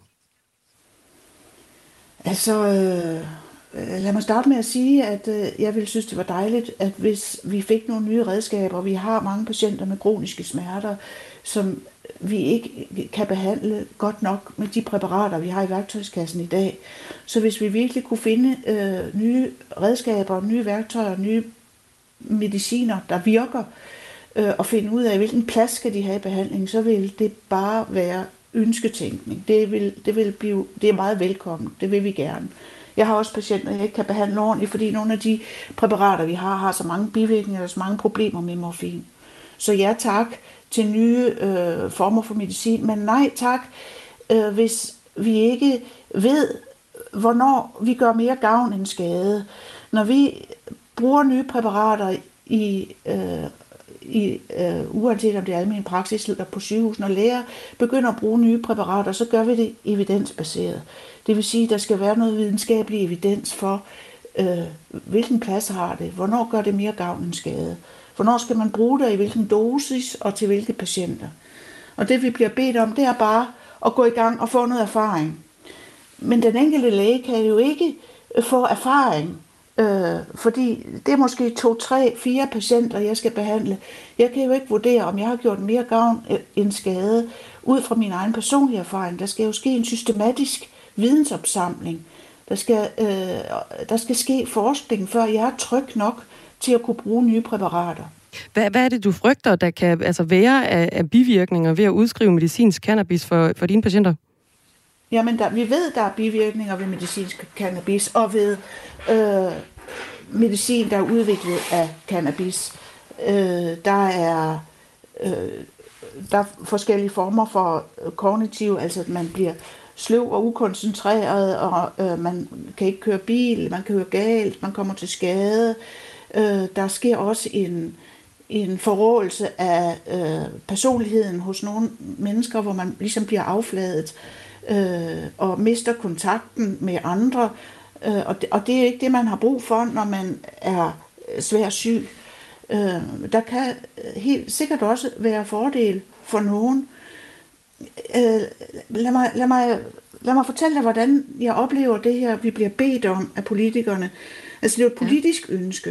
Altså, lad mig starte med at sige, at jeg ville synes, det var dejligt, at hvis vi fik nogle nye redskaber, vi har mange patienter med kroniske smerter, som vi ikke kan behandle godt nok med de præparater, vi har i værktøjskassen i dag. Så hvis vi virkelig kunne finde nye redskaber, nye værktøjer, nye mediciner, der virker, og finde ud af, hvilken plads skal de have i behandlingen, så vil det bare være ønsketænkning. Det er meget velkommen. Det vil vi gerne. Jeg har også patienter, jeg ikke kan behandle ordentligt, fordi nogle af de præparater, vi har så mange bivirkninger og så mange problemer med morfin. Så ja tak til nye former for medicin, men nej tak, hvis vi ikke ved, hvornår vi gør mere gavn end skade. Når vi bruger nye præparater uanset om det er almen praksis eller på sygehus, når læger begynder at bruge nye præparater, så gør vi det evidensbaseret. Det vil sige, at der skal være noget videnskabelig evidens for, hvilken plads har det, hvornår gør det mere gavn end skade. Hvornår skal man bruge det, i hvilken dosis og til hvilke patienter. Og det vi bliver bedt om, det er bare at gå i gang og få noget erfaring. Men den enkelte læge kan jo ikke få erfaring, fordi det er måske 2, 3, 4 patienter, jeg skal behandle. Jeg kan jo ikke vurdere, om jeg har gjort mere gavn end skade ud fra min egen personlige erfaring. Der skal jo ske en systematisk vidensopsamling. Der skal ske forskning, før jeg er tryg nok til at kunne bruge nye præparater. Hvad er det, du frygter, der kan være af bivirkninger ved at udskrive medicinsk cannabis for dine patienter? Jamen, vi ved, der er bivirkninger ved medicinsk cannabis, og ved medicin, der er udviklet af cannabis. Der er forskellige former for kognitiv, altså at man bliver sløv og ukoncentreret, og man kan ikke køre bil, man kan køre galt, man kommer til skade. Der sker også en forrådelse af personligheden hos nogle mennesker, hvor man ligesom bliver affladet og mister kontakten med andre. Og det er ikke det, man har brug for, når man er svær syg. Der kan helt sikkert også være fordel for nogen. Lad mig fortælle dig, hvordan jeg oplever det her, vi bliver bedt om af politikerne. Altså det er jo et politisk ønske.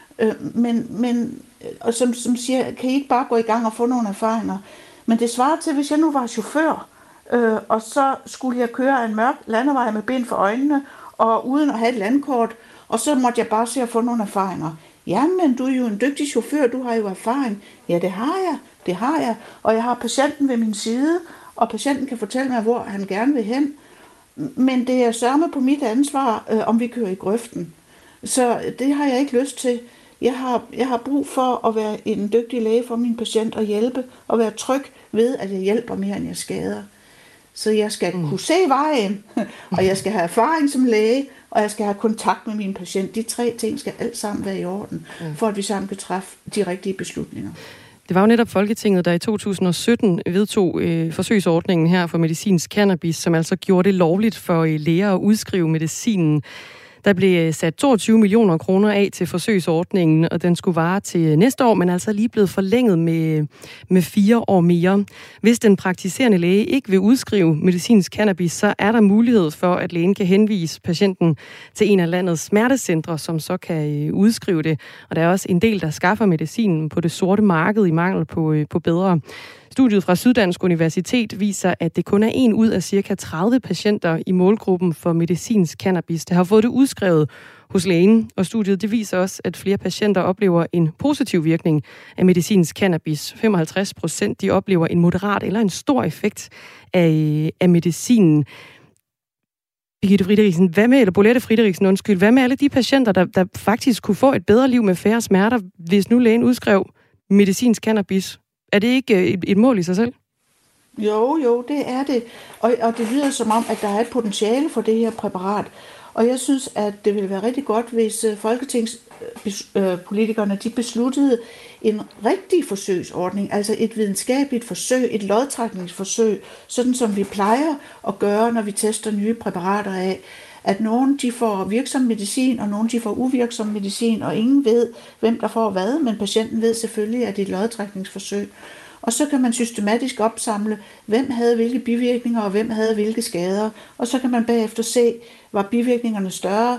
Og som siger, kan I ikke bare gå i gang og få nogle erfaringer? Men det svarer til, hvis jeg nu var chauffør, og så skulle jeg køre en mørk landevej med bind for øjnene, og uden at have et landkort, og så måtte jeg bare se at få nogle erfaringer. Jamen, du er jo en dygtig chauffør, du har jo erfaring. Ja, det har jeg. Og jeg har patienten ved min side, og patienten kan fortælle mig, hvor han gerne vil hen. Men det er sørme på mit ansvar, om vi kører i grøften. Så det har jeg ikke lyst til. Jeg har brug for at være en dygtig læge for min patient og hjælpe, og være tryg ved, at jeg hjælper mere, end jeg skader. Så jeg skal kunne se vejen, og jeg skal have erfaring som læge, og jeg skal have kontakt med min patient. De 3 ting skal alt sammen være i orden, for at vi sammen kan træffe de rigtige beslutninger. Det var jo netop Folketinget, der i 2017 vedtog forsøgsordningen her for medicinsk cannabis, som altså gjorde det lovligt for læger at udskrive medicinen. Der blev sat 22 millioner kroner af til forsøgsordningen, og den skulle vare til næste år, men altså lige blevet forlænget med 4 år mere. Hvis den praktiserende læge ikke vil udskrive medicinsk cannabis, så er der mulighed for, at lægen kan henvise patienten til en af landets smertecentre, som så kan udskrive det. Og der er også en del, der skaffer medicinen på det sorte marked i mangel på bedre. Studiet fra Syddansk Universitet viser, at det kun er 1 ud af ca. 30 patienter i målgruppen for medicinsk cannabis, der har fået det udskrevet hos lægen. Og studiet det viser også, at flere patienter oplever en positiv virkning af medicinsk cannabis. 55% de oplever en moderat eller en stor effekt af medicinen. Bolette Friedrichsen, hvad med alle de patienter, der faktisk kunne få et bedre liv med færre smerter, hvis nu lægen udskrev medicinsk cannabis? Er det ikke et mål i sig selv? Jo, det er det. Og det lyder som om, at der er et potentiale for det her præparat. Og jeg synes, at det ville være rigtig godt, hvis folketingspolitikerne de besluttede en rigtig forsøgsordning, altså et videnskabeligt forsøg, et lodtrækningsforsøg, sådan som vi plejer at gøre, når vi tester nye præparater af. At nogen de får virksom medicin, og nogen de får uvirksom medicin, og ingen ved, hvem der får hvad, men patienten ved selvfølgelig, at det er et lodtrækningsforsøg. Og så kan man systematisk opsamle, hvem havde hvilke bivirkninger, og hvem havde hvilke skader. Og så kan man bagefter se, var bivirkningerne større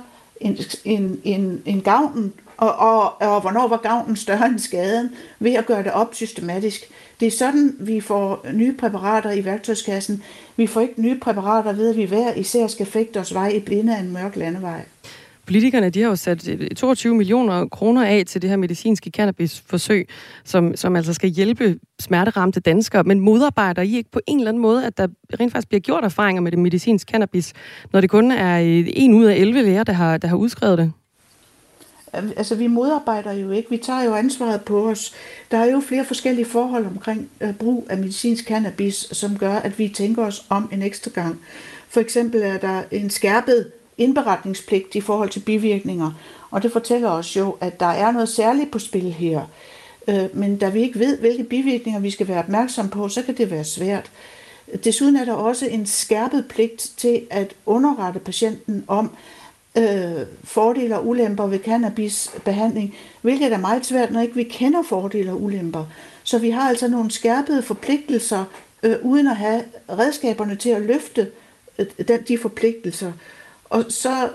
end gavnen, og hvornår var gavnen større end skaden, ved at gøre det op systematisk. Det er sådan, vi får nye præparater i værktøjskassen. Vi får ikke nye præparater ved, at vi hver især skal fægte os vej i blinde af en mørk landevej. Politikerne de har jo sat 22 millioner kroner af til det her medicinske cannabisforsøg, som altså skal hjælpe smerteramte danskere. Men modarbejder I ikke på en eller anden måde, at der rent faktisk bliver gjort erfaringer med det medicinske cannabis, når det kun er 1 ud af 11 læger, der har udskrevet det? Altså, vi modarbejder jo ikke. Vi tager jo ansvaret på os. Der er jo flere forskellige forhold omkring brug af medicinsk cannabis, som gør, at vi tænker os om en ekstra gang. For eksempel er der en skærpet indberetningspligt i forhold til bivirkninger, og det fortæller os jo, at der er noget særligt på spil her. Men da vi ikke ved, hvilke bivirkninger vi skal være opmærksom på, så kan det være svært. Desuden er der også en skærpet pligt til at underrette patienten om fordele og ulemper ved cannabisbehandling, hvilket er meget svært, når ikke vi kender fordele og ulemper. Så vi har altså nogle skærpede forpligtelser, uden at have redskaberne til at løfte de forpligtelser. Og så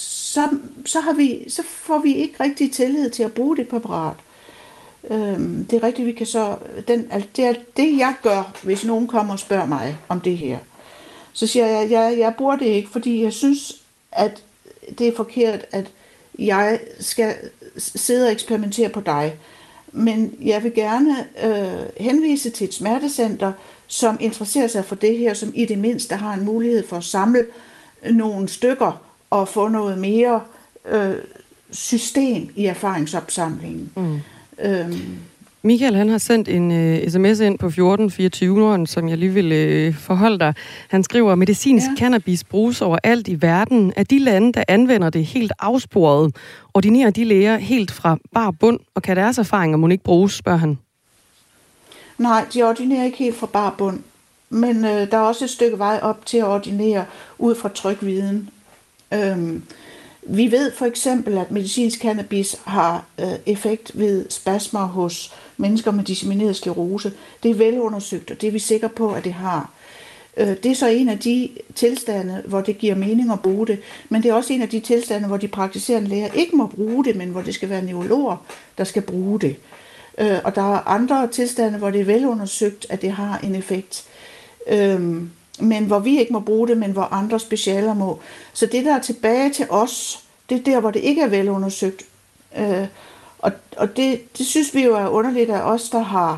får vi ikke rigtig tillid til at bruge det præparat. Det er rigtigt, vi kan så... Det er det, jeg gør, hvis nogen kommer og spørger mig om det her. Så siger jeg bruger det ikke, fordi jeg synes, at det er forkert, at jeg skal sidde og eksperimentere på dig. Men jeg vil gerne henvise til et smertecenter, som interesserer sig for det her, som i det mindste har en mulighed for at samle nogle stykker og få noget mere system i erfaringsopsamlingen. Michael, han har sendt en sms ind på 1424, som jeg lige vil forholde dig. Han skriver, medicinsk cannabis bruges overalt i verden. Af de lande, der anvender det helt afsporet, ordinerer de læger helt fra bar bund, og kan deres erfaringer må ikke bruges, spørger han. Nej, de ordinerer ikke helt fra bar bund. Men der er også et stykke vej op til at ordinere ud fra tryg viden. Vi ved for eksempel, at medicinsk cannabis har effekt ved spasmer hos mennesker med dissemineret sklerose. Det er velundersøgt, og det er vi sikre på, at det har. Det er så en af de tilstande, hvor det giver mening at bruge det, men det er også en af de tilstande, hvor de praktiserende læger ikke må bruge det, men hvor det skal være neurologer, der skal bruge det. Og der er andre tilstande, hvor det er velundersøgt, at det har en effekt. Men hvor vi ikke må bruge det, men hvor andre specialer må. Så det, der er tilbage til os, det er der, hvor det ikke er velundersøgt. Og det synes vi jo er underligt af os, der har...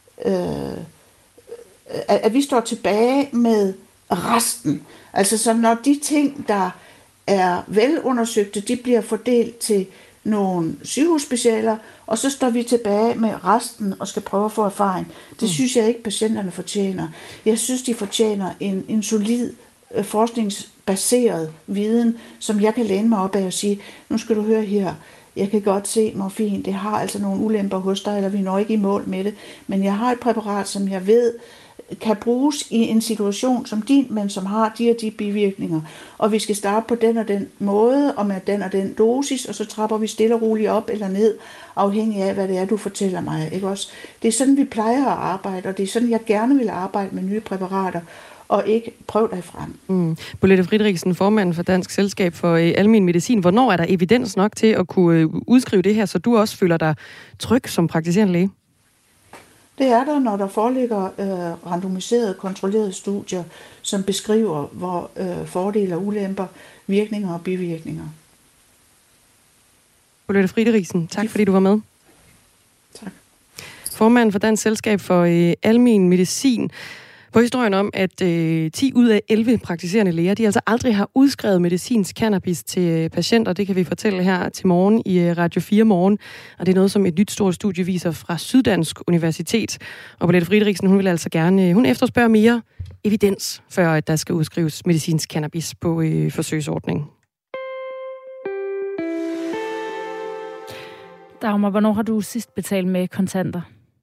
at vi står tilbage med resten. Altså så når de ting, der er velundersøgte, de bliver fordelt til nogle sygehusspecialer, og så står vi tilbage med resten og skal prøve at få erfaring. Det synes jeg ikke, patienterne fortjener. Jeg synes, de fortjener en solid, forskningsbaseret viden, som jeg kan læne mig op af og sige, nu skal du høre her, jeg kan godt se morfin, det har altså nogle ulemper hos dig, eller vi når ikke i mål med det, men jeg har et præparat, som jeg ved, kan bruges i en situation som din, men som har de og de bivirkninger. Og vi skal starte på den og den måde, og med den og den dosis, og så trapper vi stille og roligt op eller ned, afhængig af, hvad det er, du fortæller mig. Ikke også? Det er sådan, vi plejer at arbejde, og det er sådan, jeg gerne vil arbejde med nye præparater, og ikke prøv dig frem. Bolette Friedrichsen, formand for Dansk Selskab for Almen Medicin. Hvornår er der evidens nok til at kunne udskrive det her, så du også føler dig tryg som praktiserende læge? Det er der, når der foreligger randomiserede, kontrollerede studier, som beskriver, hvor fordele og ulemper, virkninger og bivirkninger. Bolette Friedrichsen, tak fordi du var med. Tak. Formand for Dansk Selskab for Almen Medicin. På historien om, at 10 ud af 11 praktiserende læger, de altså aldrig har udskrevet medicinsk cannabis til patienter. Det kan vi fortælle her til morgen i Radio 4 Morgen. Og det er noget, som et nyt stort studie viser fra Syddansk Universitet. Og Bolette Friedrichsen, hun vil altså gerne, hun efterspørger mere evidens, før at der skal udskrives medicinsk cannabis på forsøgsordningen. Dagmar, hvornår har du sidst betalt med kontanter?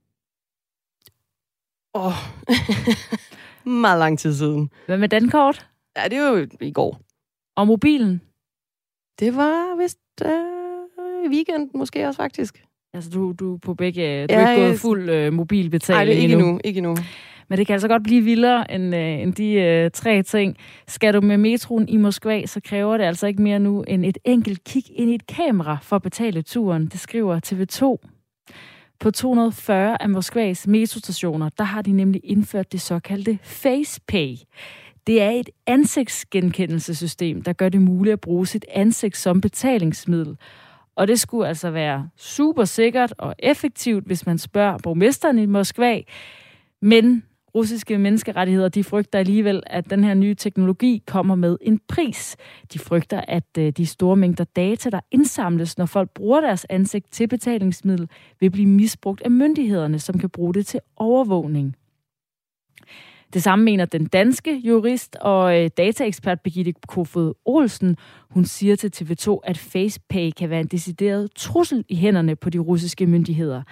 Meget lang tid siden. Hvad med dankort? Ja, det var jo i går. Og mobilen? Det var vist i weekenden måske også faktisk. Altså du på begge, du er ikke gået fuld mobilbetaling endnu? Nej, ikke endnu. Men det kan altså godt blive vildere end de 3 ting. Skal du med metroen i Moskva, så kræver det altså ikke mere nu end et enkelt kig ind i et kamera for at betale turen. Det skriver TV2. På 240 af Moskvas metrostationer, der har de nemlig indført det såkaldte FacePay. Det er et ansigtsgenkendelsessystem, der gør det muligt at bruge sit ansigt som betalingsmiddel. Og det skulle altså være super sikkert og effektivt, hvis man spørger borgmesteren i Moskva. Men russiske menneskerettigheder, de frygter alligevel, at den her nye teknologi kommer med en pris. De frygter, at de store mængder data, der indsamles, når folk bruger deres ansigt til betalingsmiddel, vil blive misbrugt af myndighederne, som kan bruge det til overvågning. Det samme mener den danske jurist og dataekspert Birgitte Kofod Olsen. Hun siger til TV2, at FacePay kan være en decideret trussel i hænderne på de russiske myndigheder.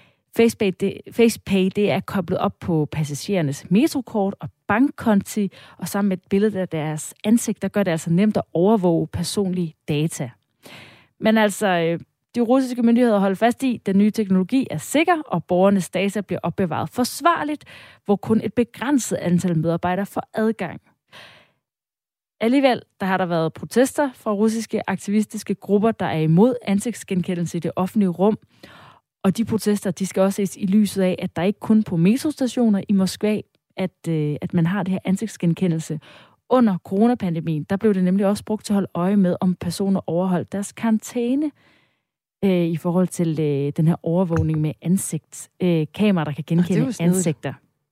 FacePay det er koblet op på passagerernes metrokort og bankkonti, og sammen med et billede af deres ansigt, der gør det altså nemt at overvåge personlige data. Men altså, de russiske myndigheder holder fast i, at den nye teknologi er sikker, og borgernes data bliver opbevaret forsvarligt, hvor kun et begrænset antal medarbejdere får adgang. Alligevel, der har der været protester fra russiske aktivistiske grupper, der er imod ansigtsgenkendelse i det offentlige rum. Og de protester, de skal også ses i lyset af, at der ikke kun på metrostationer i Moskva, at man har det her ansigtsgenkendelse. Under coronapandemien, der blev det nemlig også brugt til at holde øje med, om personer overholdt deres karantæne i forhold til den her overvågning med kamera, der kan genkende ansigter.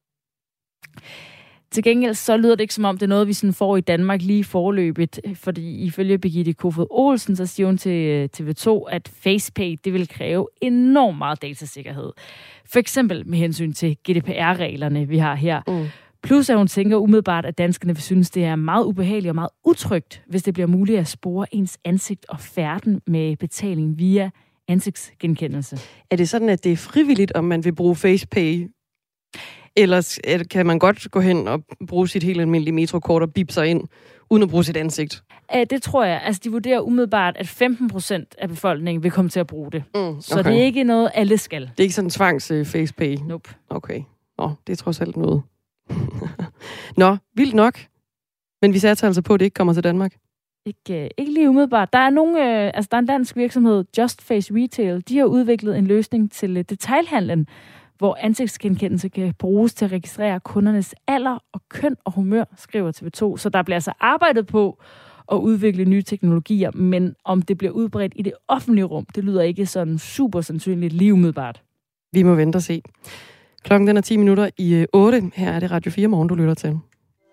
Til gengæld så lyder det ikke som om, det er noget, vi sådan får i Danmark lige forløbet, fordi ifølge Birgitte Kofod Olsen, så siger hun til TV2, at FacePay, det vil kræve enormt meget datasikkerhed. For eksempel med hensyn til GDPR-reglerne, vi har her. Plus at hun tænker umiddelbart, at danskerne vil synes, det er meget ubehageligt og meget utrygt, hvis det bliver muligt at spore ens ansigt og færden med betaling via ansigtsgenkendelse. Er det sådan, at det er frivilligt, om man vil bruge FacePay? Eller kan man godt gå hen og bruge sit helt almindelige metrokort og bip sig ind, uden at bruge sit ansigt? Det tror jeg. Altså, de vurderer umiddelbart, at 15% af befolkningen vil komme til at bruge det. Okay. Så det er ikke noget, alle skal. Det er ikke sådan tvangs facepay? Nope. Okay. Det er trods alt noget. Vildt nok. Men vi satser altså på, at det ikke kommer til Danmark. Ikke lige umiddelbart. Der er der er en dansk virksomhed, Just Face Retail. De har udviklet en løsning til detailhandlen, hvor ansigtsgenkendelse kan bruges til at registrere kundernes alder og køn og humør, skriver TV2. Så der bliver altså arbejdet på at udvikle nye teknologier, men om det bliver udbredt i det offentlige rum, det lyder ikke sådan super sandsynligt lige umiddelbart. Vi må vente og se. Klokken den er 10 minutter i 8. Her er det Radio 4 Morgen, du lytter til.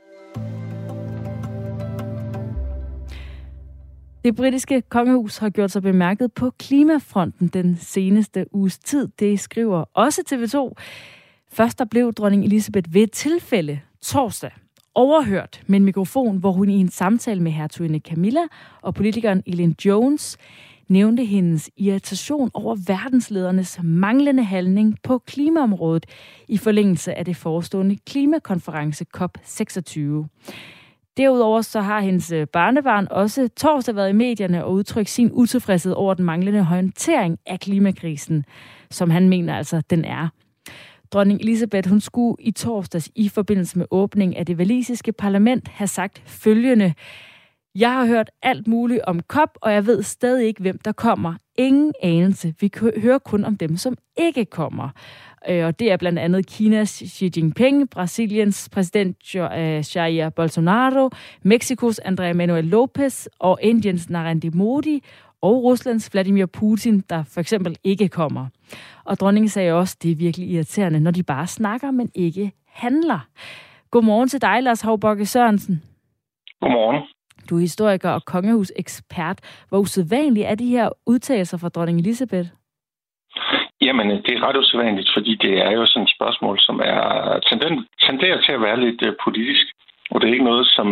Det britiske kongehus har gjort sig bemærket på klimafronten den seneste uges tid. Det skriver også TV2. Først der blev dronning Elizabeth ved et tilfælde torsdag overhørt med en mikrofon, hvor hun i en samtale med hertuginde Camilla og politikeren Elin Jones nævnte hendes irritation over verdensledernes manglende handling på klimaområdet i forlængelse af det forestående klimakonference COP26. Derudover så har hendes barnebarn også torsdag været i medierne og udtrykt sin utilfredshed over den manglende håndtering af klimakrisen, som han mener altså, den er. Dronning Elizabeth, hun skulle i torsdags i forbindelse med åbning af det walisiske parlament have sagt følgende: Jeg har hørt alt muligt om COP, og jeg ved stadig ikke, hvem der kommer. Ingen anelse. Vi hører kun om dem, som ikke kommer. Og det er blandt andet Kinas Xi Jinping, Brasiliens præsident Jair Bolsonaro, Mexikos Andrés Manuel López og Indiens Narendra Modi og Ruslands Vladimir Putin, der for eksempel ikke kommer. Og dronningen sagde også, at det er virkelig irriterende, når de bare snakker, men ikke handler. Godmorgen til dig, Lars Haubokke Sørensen. Godmorgen. Du er historiker og kongehusekspert. Hvor usædvanligt er de her udtalelser fra dronning Elizabeth? Jamen, det er ret usædvanligt, fordi det er jo sådan et spørgsmål, som tenderer til at være lidt politisk. Og det er ikke noget, som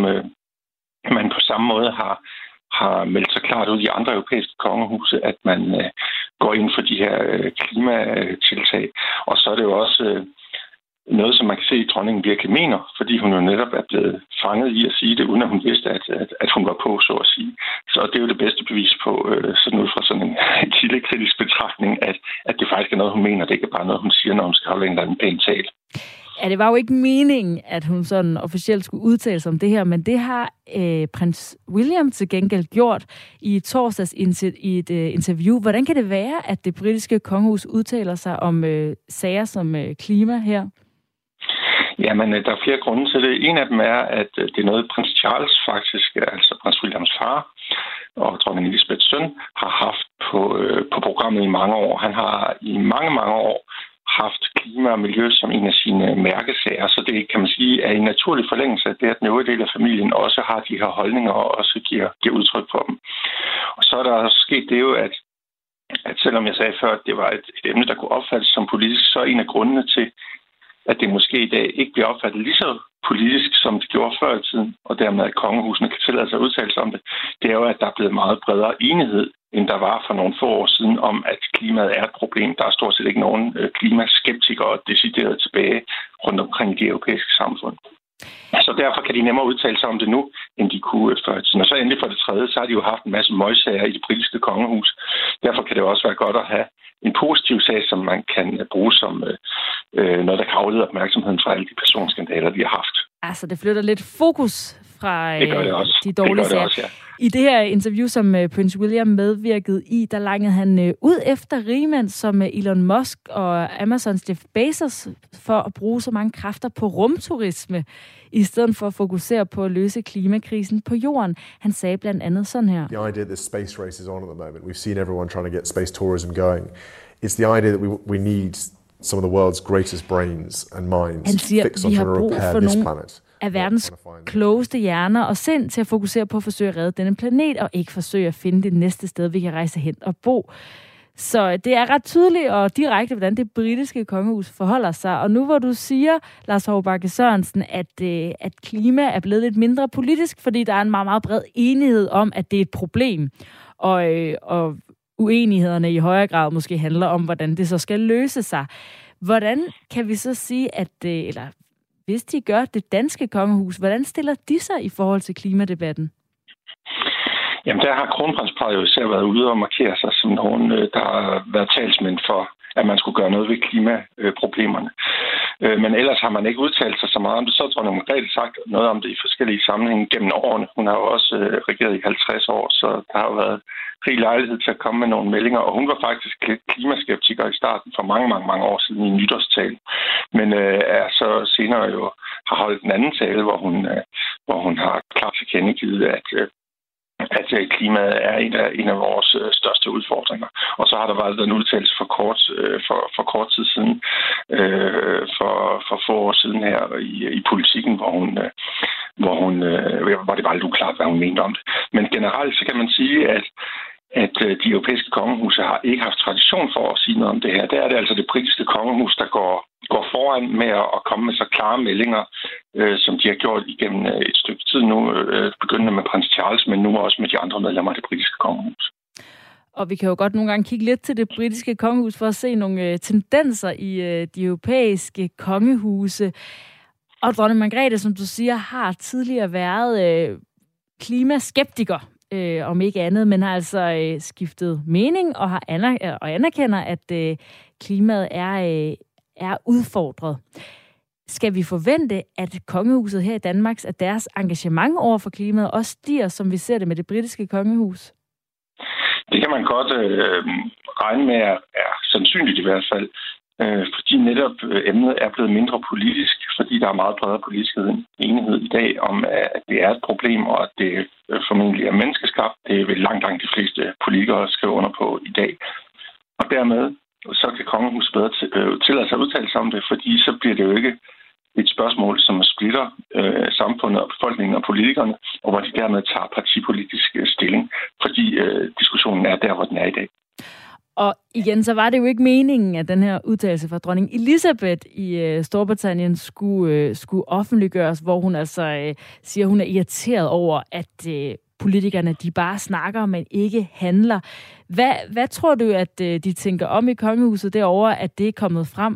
man på samme måde har meldt sig klart ud i andre europæiske kongehuse, at man går ind for de her klimatiltag. Og så er det jo også noget, som man kan se, at dronningen virkelig mener, fordi hun jo netop er blevet fanget i at sige det, uden at hun vidste, at hun var på, så at sige. Så det er jo det bedste bevis på, sådan ud fra sådan en kildekritisk betragtning, at det faktisk er noget, hun mener. Det er ikke bare noget, hun siger, når hun skal holde en eller anden pæn tale. Ja, det var jo ikke meningen, at hun sådan officielt skulle udtale sig om det her, men det har prins William til gengæld gjort i torsdags i et interview. Hvordan kan det være, at det britiske kongehus udtaler sig om sager som klima her? Jamen, der er flere grunde til det. En af dem er, at det er noget, prins Charles faktisk, altså prins Williams far og dronning Elizabeths søn, har haft på programmet i mange år. Han har i mange, mange år haft klima og miljø som en af sine mærkesager, så det kan man sige er en naturlig forlængelse af det, at den øvrige del af familien også har de her holdninger og også giver udtryk for dem. Og så er der sket det jo, at selvom jeg sagde før, at det var et emne, der kunne opfattes som politisk, så er en af grundene til, at det måske i dag ikke bliver opfattet lige så politisk, som det gjorde før i tiden, og dermed at kongehusene kan tillade sig at udtale sig om det, det er jo, at der er blevet meget bredere enighed, end der var for nogle få år siden, om at klimaet er et problem. Der er stort set ikke nogen klimaskeptikere decideret tilbage rundt omkring i det europæiske samfund. Så derfor kan de nemmere udtale sig om det nu, end de kunne før i tiden. Og så endelig for det tredje, så har de jo haft en masse møgsager i det britiske kongehus. Derfor kan det også være godt at have en positiv sag, som man kan bruge som noget, der kan aflede opmærksomheden fra alle de personskandaler, vi har haft. Altså, det flytter lidt fokus fra de dårlige sager. Også, ja. I det her interview, som Prince William medvirkede i, der langede han ud efter rigmænd som Elon Musk og Amazons Jeff Bezos for at bruge så mange kræfter på rumturisme, i stedet for at fokusere på at løse klimakrisen på jorden. Han sagde blandt andet sådan her. The idea that space race is on at the moment. We've seen everyone trying to get space tourism going. It's the idea that we need some of the world's greatest brains and minds. Han siger, at vi har brug for nogle af verdens klogeste hjerner og sind til at fokusere på at forsøge at redde denne planet, og ikke forsøge at finde det næste sted, vi kan rejse hen og bo. Så det er ret tydeligt og direkte, hvordan det britiske kongehus forholder sig. Og nu hvor du siger, Lars Haubokke Sørensen, at klima er blevet lidt mindre politisk, fordi der er en meget, meget bred enighed om, at det er et problem, og uenighederne i højere grad måske handler om, hvordan det så skal løse sig. Hvordan kan vi så sige, at eller hvis de gør det danske kongehus, hvordan stiller de sig i forhold til klimadebatten? Jamen, der har kronprinsparet jo især været ude og markere sig som nogen, der har været talsmænd for, at man skulle gøre noget ved klimaproblemerne. Men ellers har man ikke udtalt sig så meget om det. Så har dronning Margrethe sagt noget om det i forskellige sammenhænge gennem årene. Hun har jo også regeret i 50 år, så der har jo været rig lejlighed til at komme med nogle meldinger. Og hun var faktisk klimaskeptiker i starten for mange år siden i en nytårstale. Men er så senere jo har holdt en anden tale, hvor hun har klart tilkendegivet, at klimaet er en af vores største udfordringer. Og så har der været en udtalelse for kort tid siden, for få år siden her i Politikken, hvor det var lidt uklart, hvad hun mente om det. Men generelt så kan man sige, at de europæiske kongehuse har ikke haft tradition for at sige noget om det her. Der er det altså det britiske kongehus, der går foran med at komme med så klare meldinger, som de har gjort igennem et stykke tid nu, begyndende med prins Charles, men nu også med de andre medlemmer af det britiske kongehus. Og vi kan jo godt nogle gange kigge lidt til det britiske kongehus for at se nogle tendenser i de europæiske kongehuse. Og dronning Margrethe, som du siger, har tidligere været klimaskeptiker, om ikke andet, men har altså skiftet mening og anerkender, at klimaet er udfordret. Skal vi forvente, at kongehuset her i Danmark, at deres engagement over for klimaet også stiger, som vi ser det med det britiske kongehus? Det kan man godt regne med er sandsynligt i hvert fald, fordi netop emnet er blevet mindre politisk, fordi der er meget bredere politisk enighed i dag om, at det er et problem, og at det formentlig er menneskeskabt. Det vil langt de fleste politikere skrive under på i dag. Og dermed så kan kongehuset bedre tillade sig at udtale sig om det, fordi så bliver det jo ikke et spørgsmål, som splitter samfundet og befolkningen og politikerne, og hvor de dermed tager partipolitisk stilling, fordi diskussionen er der, hvor den er i dag. Og igen, så var det jo ikke meningen, at den her udtalelse fra dronning Elizabeth i Storbritannien skulle offentliggøres, hvor hun altså siger, hun er irriteret over, at politikerne, de bare snakker, men ikke handler. Hvad tror du, at de tænker om i kongehuset derovre, at det er kommet frem?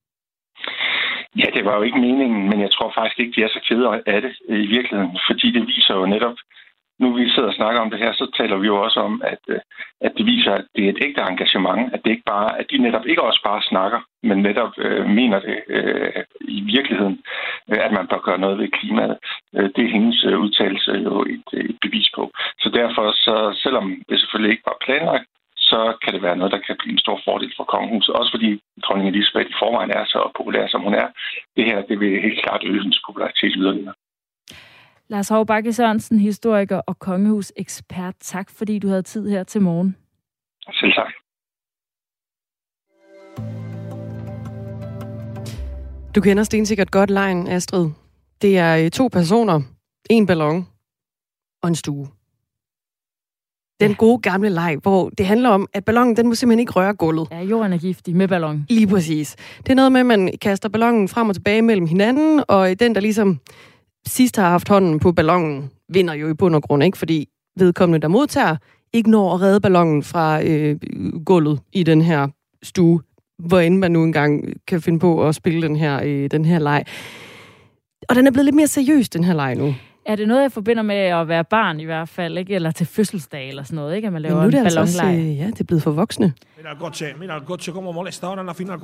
Ja, det var jo ikke meningen, men jeg tror faktisk ikke, de er så kede af det i virkeligheden, fordi det viser jo netop, nu vi sidder og snakker om det her, så taler vi jo også om, at det viser, at det er et ægte engagement, at det ikke bare, at de netop ikke også bare snakker, men netop mener det i virkeligheden, at man bør gøre noget ved klimaet. Det er hendes udtalelse jo et bevis på. Så derfor, så selvom det selvfølgelig ikke var planlagt, så kan det være noget, der kan blive en stor fordel for kongehuset. Også fordi dronning Elizabeth i forvejen er så populær, som hun er. Det her, det vil helt klart øge hendes popularitet yderligere. Lars Hou Bagge Sørensen, historiker og kongehusekspert. Tak, fordi du havde tid her til morgen. Selv tak. Du kender stensikkert godt legen, Astrid. Det er 2 personer, 1 ballon og en stue. Den gode gamle leg, hvor det handler om, at ballonen, den må simpelthen ikke røre gulvet. Ja, jorden er giftig med ballon. Lige præcis. Det er noget med, at man kaster ballonen frem og tilbage mellem hinanden, og den, der ligesom sidst har haft hånden på ballonen, vinder jo i bund og grund, ikke? Fordi vedkommende, der modtager, ikke når at redde ballonen fra gulvet i den her stue, hvor end man nu engang kan finde på at spille den her leg. Og den er blevet lidt mere seriøs, den her leg nu. Er det noget, jeg forbinder med at være barn i hvert fald, ikke? Eller til fødselsdag eller sådan noget, ikke? At man laver en ballonleg. Altså ja, det er blevet for voksne. Mira el coche como molesta ahora en la final 4.26.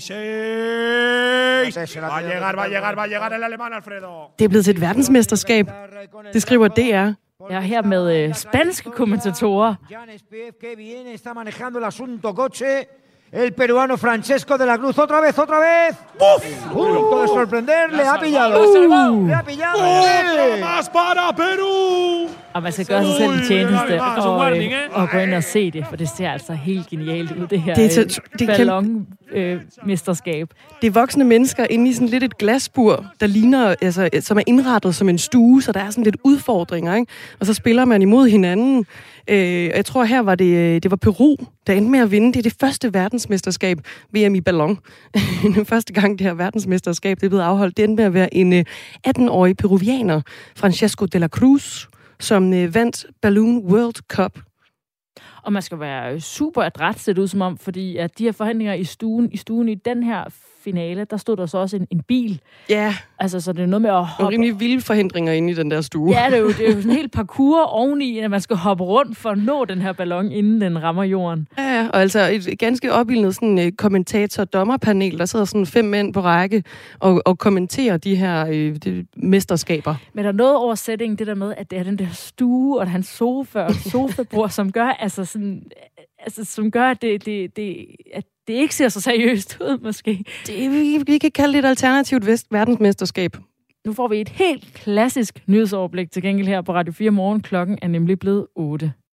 Va a llegar el alemán, Alfredo. Det er blevet til et verdensmesterskab. Det skriver DR. Ja, her med spanske kommentatorer. Está manejando el asunto coche. El peruano Francesco de la Cruz, otra vez. ¡Buf! Punto de sorprender, le ha pillado. Le ha pillado. Más para Perú! Og man skal gøre sig selv en tjeneste og gå ind og se det, for det ser altså helt genialt ud, det her ballonmesterskab. Det er voksne mennesker inde i sådan lidt et glasbur, der ligner, altså, som er indrettet som en stue, så der er sådan lidt udfordringer, ikke? Og så spiller man imod hinanden. Jeg tror, her var det var Peru, der endte med at vinde. Det er det første verdensmesterskab, VM i ballon. Den første gang, det her verdensmesterskab det er blevet afholdt, det endte med at være en 18-årig peruvianer, Francesco de la Cruz, som vandt Balloon World Cup. Og man skal være super adræt, set ud som om, fordi at de her forhandlinger i stuen i den her finale, der stod der så også en bil. Ja. Altså, så det er noget med at hoppe... Og rimelig vilde forhindringer inde i den der stue. Ja, det er jo sådan en helt parkour oveni, at man skal hoppe rundt for at nå den her ballon, inden den rammer jorden. Ja, og altså et ganske opildnet sådan kommentator-dommerpanel, der sidder sådan 5 mænd på række og kommenterer de her mesterskaber. Men der er noget over settingen, det der med, at det er den der stue og hans sofa og sofabord, som gør, som gør, at det ikke ser så seriøst ud, måske. Vi kan kalde det et alternativt verdensmesterskab. Nu får vi et helt klassisk nyhedsoverblik til gengæld her på Radio 4 morgen. Klokken er nemlig blevet 8.